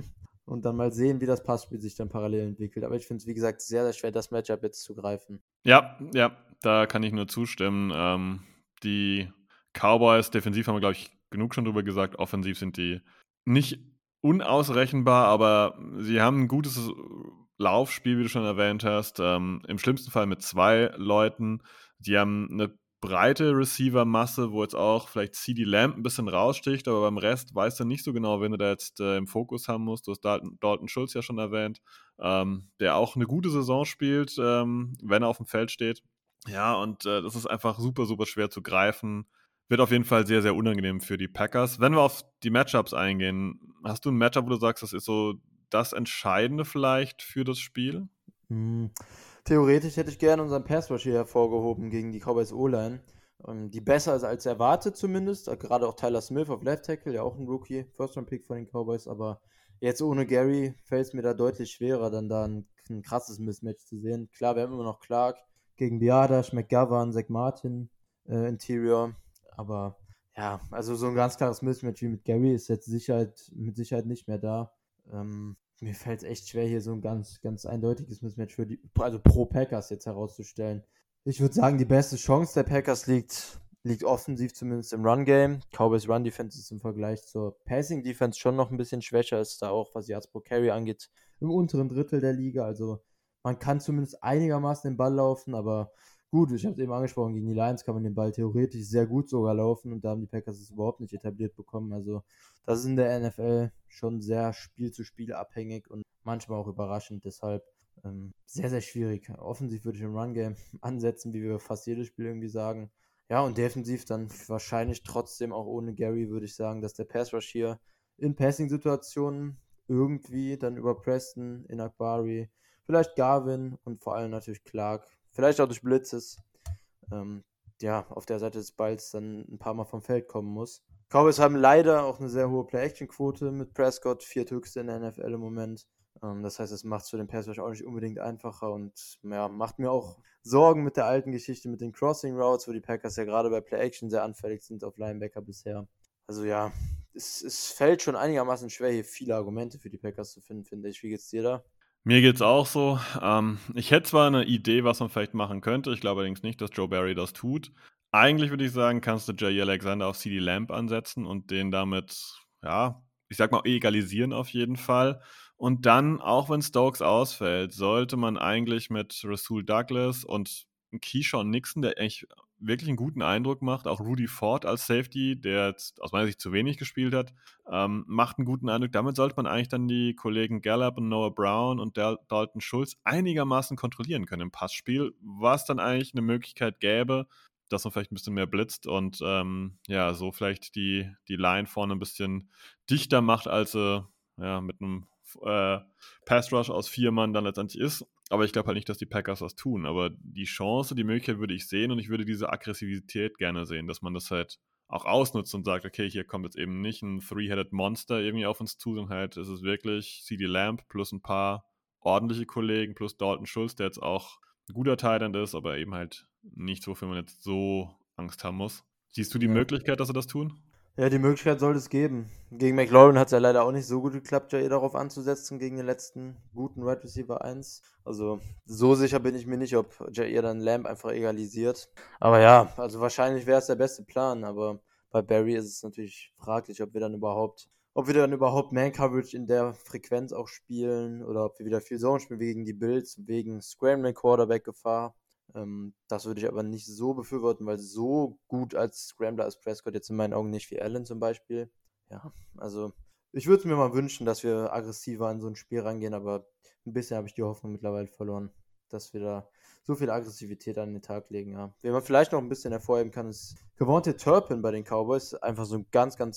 Und dann mal sehen, wie das Passspiel sich dann parallel entwickelt. Aber ich finde es, wie gesagt, sehr, sehr schwer, das Matchup jetzt zu greifen. Ja, ja, da kann ich nur zustimmen. Ähm, die Cowboys, defensiv haben wir, glaube ich, genug schon drüber gesagt. Offensiv sind die nicht unausrechenbar, aber sie haben ein gutes Laufspiel, wie du schon erwähnt hast. Ähm, im schlimmsten Fall mit zwei Leuten. Die haben eine breite Receiver-Masse, wo jetzt auch vielleicht CeeDee Lamb ein bisschen raussticht, aber beim Rest weißt du nicht so genau, wen du da jetzt äh, im Fokus haben musst. Du hast Dalton, Dalton Schultz ja schon erwähnt, ähm, der auch eine gute Saison spielt, ähm, wenn er auf dem Feld steht. Ja, und äh, das ist einfach super, super schwer zu greifen. Wird auf jeden Fall sehr, sehr unangenehm für die Packers. Wenn wir auf die Matchups eingehen, hast du ein Matchup, wo du sagst, das ist so das Entscheidende vielleicht für das Spiel? Hm. Theoretisch hätte ich gerne unseren Pass-Rush hier hervorgehoben gegen die Cowboys O-Line, ähm, die besser ist als erwartet zumindest. Äh, Gerade auch Tyler Smith auf Left Tackle, ja auch ein Rookie, First-Round-Pick von den Cowboys, aber jetzt ohne Gary fällt es mir da deutlich schwerer, dann da ein, ein krasses Mismatch zu sehen. Klar, wir haben immer noch Clark gegen Biadasz, McGovern, Zach Martin, äh, Interior, aber ja, also so ein ganz klares Mismatch wie mit Gary ist jetzt Sicherheit, mit Sicherheit nicht mehr da. Ähm, mir fällt es echt schwer, hier so ein ganz, ganz eindeutiges Mismatch für die, also pro Packers jetzt herauszustellen. Ich würde sagen, die beste Chance der Packers liegt, liegt offensiv zumindest im Run-Game. Cowboys Run-Defense ist im Vergleich zur Passing-Defense schon noch ein bisschen schwächer, ist da auch, was Yards pro Carry angeht, im unteren Drittel der Liga. Also man kann zumindest einigermaßen den Ball laufen, aber gut, ich habe es eben angesprochen, gegen die Lions kann man den Ball theoretisch sehr gut sogar laufen und da haben die Packers es überhaupt nicht etabliert bekommen. Also das ist in der N F L schon sehr Spiel zu Spiel abhängig und manchmal auch überraschend. Deshalb ähm, sehr, sehr schwierig. Offensiv würde ich im Run-Game ansetzen, wie wir fast jedes Spiel irgendwie sagen. Ja, und defensiv dann wahrscheinlich trotzdem auch ohne Gary würde ich sagen, dass der Pass-Rush hier in Passing-Situationen irgendwie dann über Preston, Inakbari, vielleicht Garvin und vor allem natürlich Clark, vielleicht auch durch Blitzes, ähm, ja, auf der Seite des Balls dann ein paar Mal vom Feld kommen muss. Cowboys haben leider auch eine sehr hohe Play-Action-Quote mit Prescott, vierthöchste in der N F L im Moment. Ähm, das heißt, es macht es für den Pass-Rush auch nicht unbedingt einfacher und ja, macht mir auch Sorgen mit der alten Geschichte mit den Crossing-Routes, wo die Packers ja gerade bei Play-Action sehr anfällig sind auf Linebacker bisher. Also ja, es, es fällt schon einigermaßen schwer, hier viele Argumente für die Packers zu finden, finde ich. Wie geht's dir da? Mir geht's auch so. Ähm, ich hätte zwar eine Idee, was man vielleicht machen könnte. Ich glaube allerdings nicht, dass Joe Barry das tut. Eigentlich würde ich sagen, kannst du Jair Alexander auf CeeDee Lamb ansetzen und den damit, ja, ich sag mal, egalisieren auf jeden Fall. Und dann, auch wenn Stokes ausfällt, sollte man eigentlich mit Rasul Douglas und Keyshawn Nixon, der eigentlich wirklich einen guten Eindruck macht, auch Rudy Ford als Safety, der jetzt aus meiner Sicht zu wenig gespielt hat, ähm, macht einen guten Eindruck. Damit sollte man eigentlich dann die Kollegen Gallup und Noah Brown und Dal- Dalton Schultz einigermaßen kontrollieren können im Passspiel, was dann eigentlich eine Möglichkeit gäbe, dass man vielleicht ein bisschen mehr blitzt und ähm, ja, so vielleicht die, die Line vorne ein bisschen dichter macht, als sie ja, mit einem äh, Pass-Rush aus vier Mann dann letztendlich ist. Aber ich glaube halt nicht, dass die Packers das tun. Aber die Chance, die Möglichkeit würde ich sehen und ich würde diese Aggressivität gerne sehen, dass man das halt auch ausnutzt und sagt, okay, hier kommt jetzt eben nicht ein Three-Headed Monster irgendwie auf uns zu, sondern halt, es ist wirklich CeeDee Lamb plus ein paar ordentliche Kollegen plus Dalton Schultz, der jetzt auch ein guter Tight-End ist, aber eben halt nichts, wofür man jetzt so Angst haben muss. Siehst du die Ja. Möglichkeit, dass sie das tun? Ja, die Möglichkeit sollte es geben. Gegen McLaurin hat es ja leider auch nicht so gut geklappt, Jair darauf anzusetzen, gegen den letzten guten Wide Receiver eins. Also so sicher bin ich mir nicht, ob Jair dann Lamb einfach egalisiert. Aber ja, also wahrscheinlich wäre es der beste Plan, aber bei Barry ist es natürlich fraglich, ob wir dann überhaupt, ob wir dann überhaupt Man-Coverage in der Frequenz auch spielen oder ob wir wieder viel Zone spielen gegen die Bills, wegen Scrambling Quarterback-Gefahr. Ähm, das würde ich aber nicht so befürworten, weil so gut als Scrambler ist Prescott jetzt in meinen Augen nicht wie Allen zum Beispiel. Ja, also ich würde mir mal wünschen, dass wir aggressiver an so ein Spiel rangehen, aber ein bisschen habe ich die Hoffnung mittlerweile verloren, dass wir da so viel Aggressivität an den Tag legen. Ja. Wen man vielleicht noch ein bisschen hervorheben kann, ist Devontae Turpin bei den Cowboys. Einfach so ein ganz, ganz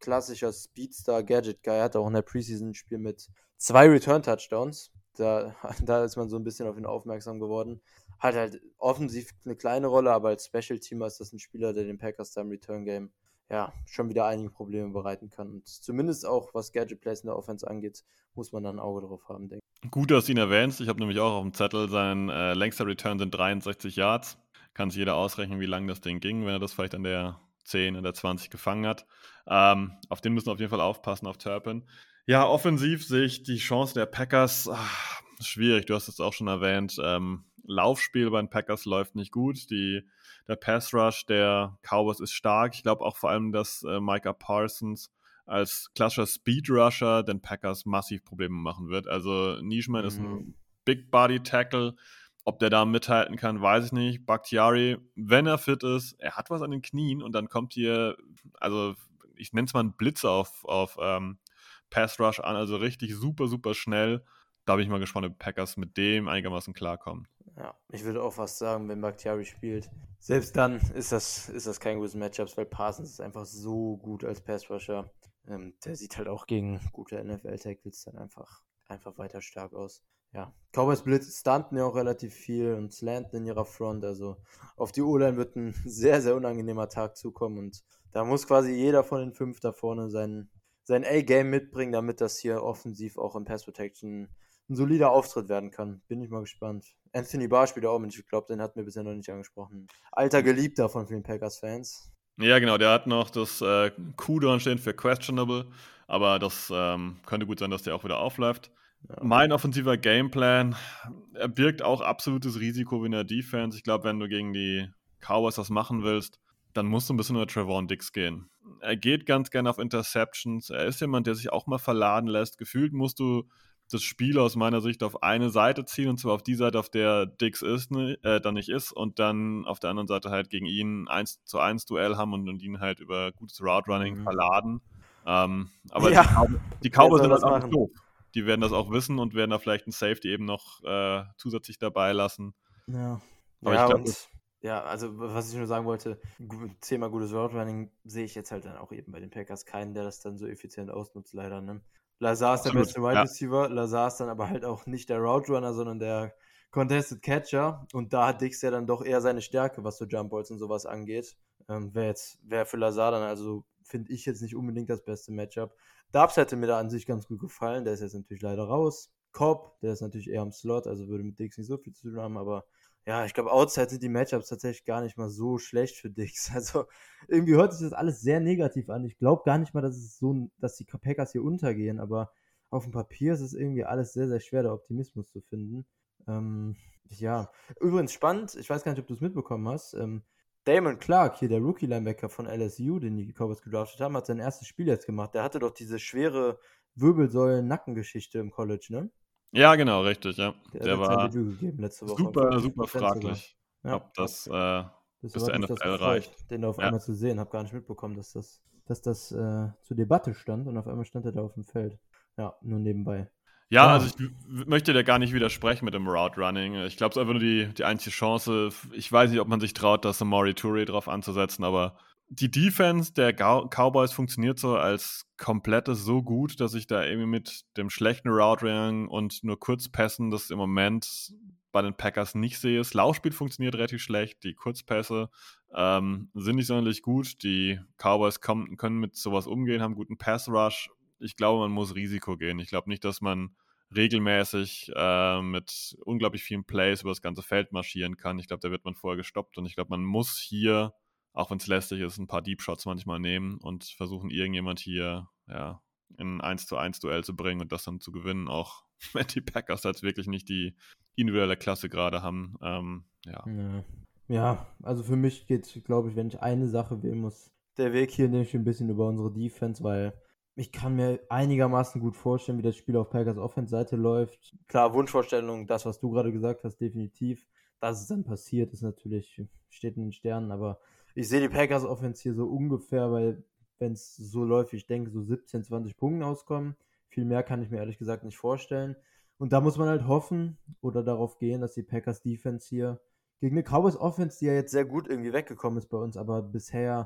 klassischer Speedstar, Gadget-Guy, hatte auch in der Preseason ein Spiel mit zwei Return-Touchdowns. Da, da ist man so ein bisschen auf ihn aufmerksam geworden. Hat halt offensiv eine kleine Rolle, aber als Special-Teamer ist das ein Spieler, der den Packers da im Return-Game ja schon wieder einige Probleme bereiten kann. Und zumindest auch, was Gadget-Plays in der Offense angeht, muss man da ein Auge drauf haben, denke ich. Gut, dass du ihn erwähnst. Ich habe nämlich auch auf dem Zettel, sein äh, längster Return sind dreiundsechzig Yards. Kann sich jeder ausrechnen, wie lang das Ding ging, wenn er das vielleicht an der zehn, an der zwanzig gefangen hat. Ähm, auf den müssen wir auf jeden Fall aufpassen, auf Turpin. Ja, offensiv sehe ich die Chance der Packers ach, schwierig. Du hast es auch schon erwähnt. Ähm, Laufspiel bei den Packers läuft nicht gut. Die, der Pass-Rush der Cowboys ist stark. Ich glaube auch vor allem, dass äh, Micah Parsons als klassischer Speed-Rusher den Packers massiv Probleme machen wird. Also Nijman mhm. ist ein Big-Body-Tackle. Ob der da mithalten kann, weiß ich nicht. Bakhtiari, wenn er fit ist, er hat was an den Knien und dann kommt hier, also ich nenne es mal einen Blitz auf, auf ähm, Pass-Rush an, also richtig super, super schnell. Da bin ich mal gespannt, ob Packers mit dem einigermaßen klarkommen. Ja, ich würde auch fast sagen, wenn Bakhtiari spielt, selbst dann ist das, ist das kein gutes Matchup, weil Parsons ist einfach so gut als Pass-Rusher. Ähm, der sieht halt auch gegen gute N F L-Tackles dann einfach, einfach weiter stark aus. Ja, Cowboys Blitz stunten ja auch relativ viel und slanten in ihrer Front, also auf die O-Line wird ein sehr, sehr unangenehmer Tag zukommen und da muss quasi jeder von den fünf da vorne sein, sein A-Game mitbringen, damit das hier offensiv auch in Pass Protection ein solider Auftritt werden kann. Bin ich mal gespannt. Anthony Barr spielt auch mit, ich glaube, den hatten wir bisher noch nicht angesprochen. Alter Geliebter von vielen Packers-Fans. Ja, genau, der hat noch das äh, Q dran stehen für questionable, aber das ähm, könnte gut sein, dass der auch wieder aufläuft. Ja. Mein offensiver Gameplan, er birgt auch absolutes Risiko wie in der Defense. Ich glaube, wenn du gegen die Cowboys was machen willst, dann musst du ein bisschen über Trevon Diggs gehen. Er geht ganz gerne auf Interceptions. Er ist jemand, der sich auch mal verladen lässt. Gefühlt musst du das Spiel aus meiner Sicht auf eine Seite ziehen, und zwar auf die Seite, auf der Diggs ist, ne, äh, dann nicht ist, und dann auf der anderen Seite halt gegen ihn eins zu eins Duell haben und, und ihn halt über gutes Route Running mhm. verladen. Ähm, aber ja. die, Cow- die Cowboys sind halt auch doof. Die werden das auch wissen und werden da vielleicht einen Safety eben noch äh, zusätzlich dabei lassen. Ja, aber ja ich glaub, und ja, also was ich nur sagen wollte, Thema gutes Route Running sehe ich jetzt halt dann auch eben bei den Packers keinen, der das dann so effizient ausnutzt, leider, ne? Lazar ist der beste Wide Receiver, ja. Lazar ist dann aber halt auch nicht der Route Runner, sondern der Contested Catcher, und da hat Diggs ja dann doch eher seine Stärke, was so Jump Balls und sowas angeht. Ähm, wäre jetzt, wäre für Lazar dann also, finde ich jetzt nicht unbedingt das beste Matchup. Dubs hätte mir da an sich ganz gut gefallen, der ist jetzt natürlich leider raus. Cobb, der ist natürlich eher am Slot, also würde mit Diggs nicht so viel zu tun haben, aber ja, ich glaube, outside sind die Matchups tatsächlich gar nicht mal so schlecht für Diggs. Also irgendwie hört sich das alles sehr negativ an. Ich glaube gar nicht mal, dass es so, dass die Packers hier untergehen, aber auf dem Papier ist es irgendwie alles sehr, sehr schwer, da Optimismus zu finden. Ähm, ja, übrigens spannend, ich weiß gar nicht, ob du es mitbekommen hast, ähm, Damon Clark, hier der Rookie-Linebacker von L S U, den die Cowboys gedraftet haben, hat sein erstes Spiel jetzt gemacht. Der hatte doch diese schwere Wirbelsäulen-Nackengeschichte im College, ne? Ja, genau, richtig, ja. Der, der hat war sein Debüt gegeben letzte Woche. super, super fraglich, ja. ob das äh, bis zur N F L gefreut, reicht. Den da auf ja. einmal zu sehen. Hab gar nicht mitbekommen, dass das, dass das äh, zur Debatte stand und auf einmal stand er da auf dem Feld. Ja, nur nebenbei. Ja, ja. also ich w- möchte dir gar nicht widersprechen mit dem Route Running. Ich glaube, es ist einfach nur die, die einzige Chance. Ich weiß nicht, ob man sich traut, das Amari Toure drauf anzusetzen, aber die Defense der Cow- Cowboys funktioniert so als komplettes so gut, dass ich da irgendwie mit dem schlechten Route Running und nur Kurzpässen das im Moment bei den Packers nicht sehe. Das Laufspiel funktioniert relativ schlecht, die Kurzpässe ähm, sind nicht sonderlich gut. Die Cowboys kommen, können mit sowas umgehen, haben guten Pass-Rush. Ich glaube, man muss Risiko gehen. Ich glaube nicht, dass man regelmäßig äh, mit unglaublich vielen Plays über das ganze Feld marschieren kann. Ich glaube, da wird man vorher gestoppt, und ich glaube, man muss hier, auch wenn es lästig ist, ein paar Deep Shots manchmal nehmen und versuchen, irgendjemand hier ja, in ein eins zu eins Duell zu bringen und das dann zu gewinnen, auch wenn die Packers jetzt wirklich nicht die individuelle Klasse gerade haben. Ähm, ja. ja. Ja, also für mich geht, glaube ich, wenn ich eine Sache wählen muss, der Weg hier nämlich ein bisschen über unsere Defense, weil ich kann mir einigermaßen gut vorstellen, wie das Spiel auf Packers Offense-Seite läuft. Klar, Wunschvorstellung, das, was du gerade gesagt hast, definitiv. Dass es dann passiert, ist natürlich, steht in den Sternen, aber ich sehe die Packers Offense hier so ungefähr, weil wenn es so läuft, ich denke, so siebzehn, zwanzig Punkten auskommen. Viel mehr kann ich mir ehrlich gesagt nicht vorstellen. Und da muss man halt hoffen oder darauf gehen, dass die Packers Defense hier gegen eine Cowboys Offense, die ja jetzt sehr gut irgendwie weggekommen ist bei uns, aber bisher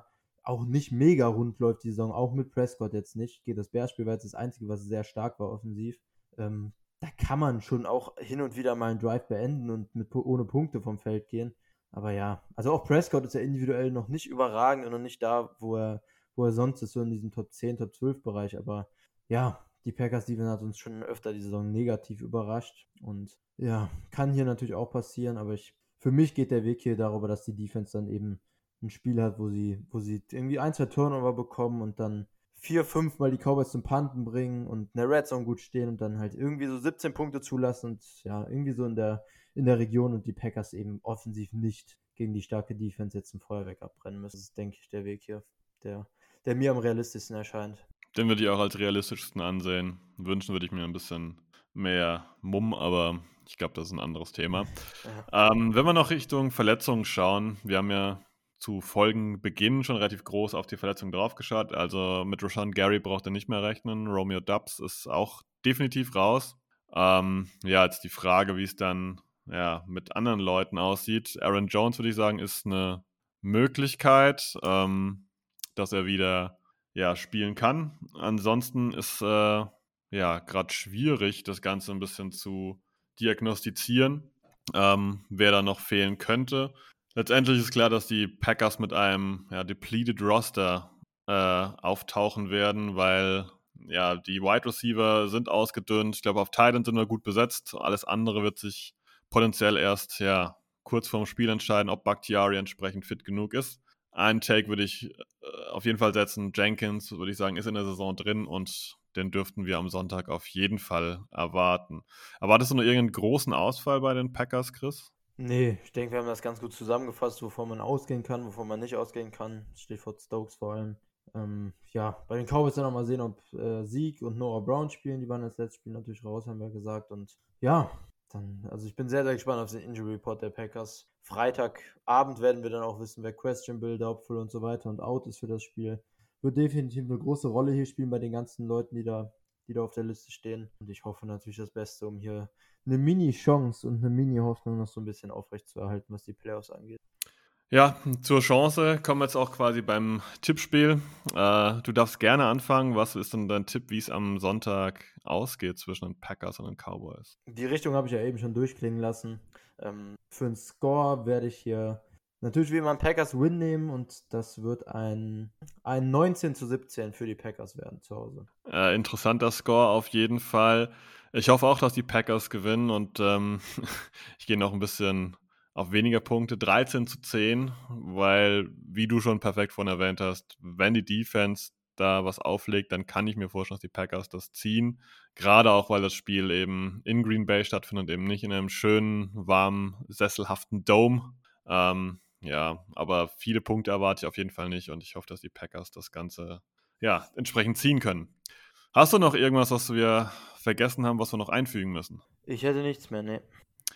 auch nicht mega rund läuft die Saison, auch mit Prescott jetzt nicht. Geht das Bears-Spiel war jetzt das Einzige, was sehr stark war offensiv. Ähm, da kann man schon auch hin und wieder mal einen Drive beenden und mit, ohne Punkte vom Feld gehen. Aber ja, also auch Prescott ist ja individuell noch nicht überragend und noch nicht da, wo er, wo er sonst ist, so in diesem Top zehn, Top zwölf Bereich. Aber ja, die Packers-Defense hat uns schon öfter die Saison negativ überrascht. Und ja, kann hier natürlich auch passieren, aber ich, für mich geht der Weg hier darüber, dass die Defense dann eben ein Spiel hat, wo sie, wo sie irgendwie ein, zwei Turnover bekommen und dann vier, fünf Mal die Cowboys zum Panten bringen und in der Red Zone gut stehen und dann halt irgendwie so siebzehn Punkte zulassen und ja, irgendwie so in der, in der Region und die Packers eben offensiv nicht gegen die starke Defense jetzt ein Feuerwerk abbrennen müssen. Das ist, denke ich, der Weg hier, der, der mir am realistischsten erscheint. Den würde ich auch als realistischsten ansehen. Wünschen würde ich mir ein bisschen mehr Mumm, aber ich glaube, das ist ein anderes Thema. Ja. Ähm, wenn wir noch Richtung Verletzungen schauen, wir haben ja zu Folgenbeginn schon relativ groß auf die Verletzung draufgeschaut. Also mit Rashan Gary braucht er nicht mehr rechnen. Romeo Doubs ist auch definitiv raus. Ähm, ja, jetzt die Frage, wie es dann ja, mit anderen Leuten aussieht. Aaron Jones, würde ich sagen, ist eine Möglichkeit, ähm, dass er wieder ja, spielen kann. Ansonsten ist äh, ja gerade schwierig, das Ganze ein bisschen zu diagnostizieren, ähm, wer da noch fehlen könnte. Letztendlich ist klar, dass die Packers mit einem ja, depleted Roster äh, auftauchen werden, weil ja, die Wide Receiver sind ausgedünnt. Ich glaube, auf Tight End sind wir gut besetzt. Alles andere wird sich potenziell erst ja, kurz vorm Spiel entscheiden, ob Bakhtiari entsprechend fit genug ist. Einen Take würde ich äh, auf jeden Fall setzen. Jenkins, würde ich sagen, ist in der Saison drin und den dürften wir am Sonntag auf jeden Fall erwarten. Erwartest du noch irgendeinen großen Ausfall bei den Packers, Chris? Nee, ich denke, wir haben das ganz gut zusammengefasst, wovon man ausgehen kann, wovon man nicht ausgehen kann. Stichwort Stokes vor allem. Ähm, ja, bei den Cowboys dann noch mal sehen, ob äh, Zeke und Noah Brown spielen. Die waren das letzte Spiel natürlich raus, haben wir gesagt. Und ja, dann, also ich bin sehr, sehr gespannt auf den Injury Report der Packers. Freitagabend werden wir dann auch wissen, wer Questionable, Doubtful und so weiter und out ist für das Spiel. Wird definitiv eine große Rolle hier spielen bei den ganzen Leuten, die da, die da auf der Liste stehen. Und ich hoffe natürlich das Beste, um hier eine Mini-Chance und eine Mini-Hoffnung noch so ein bisschen aufrecht zu erhalten, was die Playoffs angeht. Ja, zur Chance kommen wir jetzt auch quasi beim Tippspiel. Äh, du darfst gerne anfangen. Was ist denn dein Tipp, wie es am Sonntag ausgeht zwischen den Packers und den Cowboys? Die Richtung habe ich ja eben schon durchklingen lassen. Ähm, für den Score werde ich hier natürlich wie immer einen Packers-Win nehmen und das wird ein, ein neunzehn zu siebzehn für die Packers werden zu Hause. Äh, interessanter Score auf jeden Fall. Ich hoffe auch, dass die Packers gewinnen und ähm, ich gehe noch ein bisschen auf weniger Punkte, dreizehn zu zehn, weil, wie du schon perfekt vorhin erwähnt hast, wenn die Defense da was auflegt, dann kann ich mir vorstellen, dass die Packers das ziehen. Gerade auch, weil das Spiel eben in Green Bay stattfindet, eben nicht in einem schönen, warmen, sesselhaften Dome. Ähm, ja, aber viele Punkte erwarte ich auf jeden Fall nicht und ich hoffe, dass die Packers das Ganze ja, entsprechend ziehen können. Hast du noch irgendwas, was wir vergessen haben, was wir noch einfügen müssen? Ich hätte nichts mehr, ne.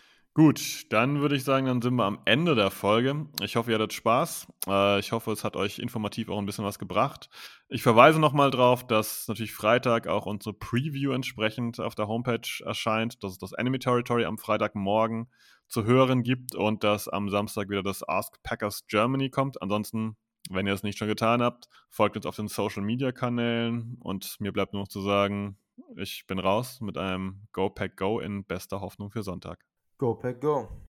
Gut, dann würde ich sagen, dann sind wir am Ende der Folge. Ich hoffe, ihr hattet Spaß. Äh, ich hoffe, es hat euch informativ auch ein bisschen was gebracht. Ich verweise nochmal drauf, dass natürlich Freitag auch unsere Preview entsprechend auf der Homepage erscheint, dass es das Enemy Territory am Freitagmorgen zu hören gibt und dass am Samstag wieder das Ask Packers Germany kommt. Ansonsten, wenn ihr es nicht schon getan habt, folgt uns auf den Social-Media-Kanälen und mir bleibt nur noch zu sagen, ich bin raus mit einem Go Pack Go in bester Hoffnung für Sonntag. Go Pack Go.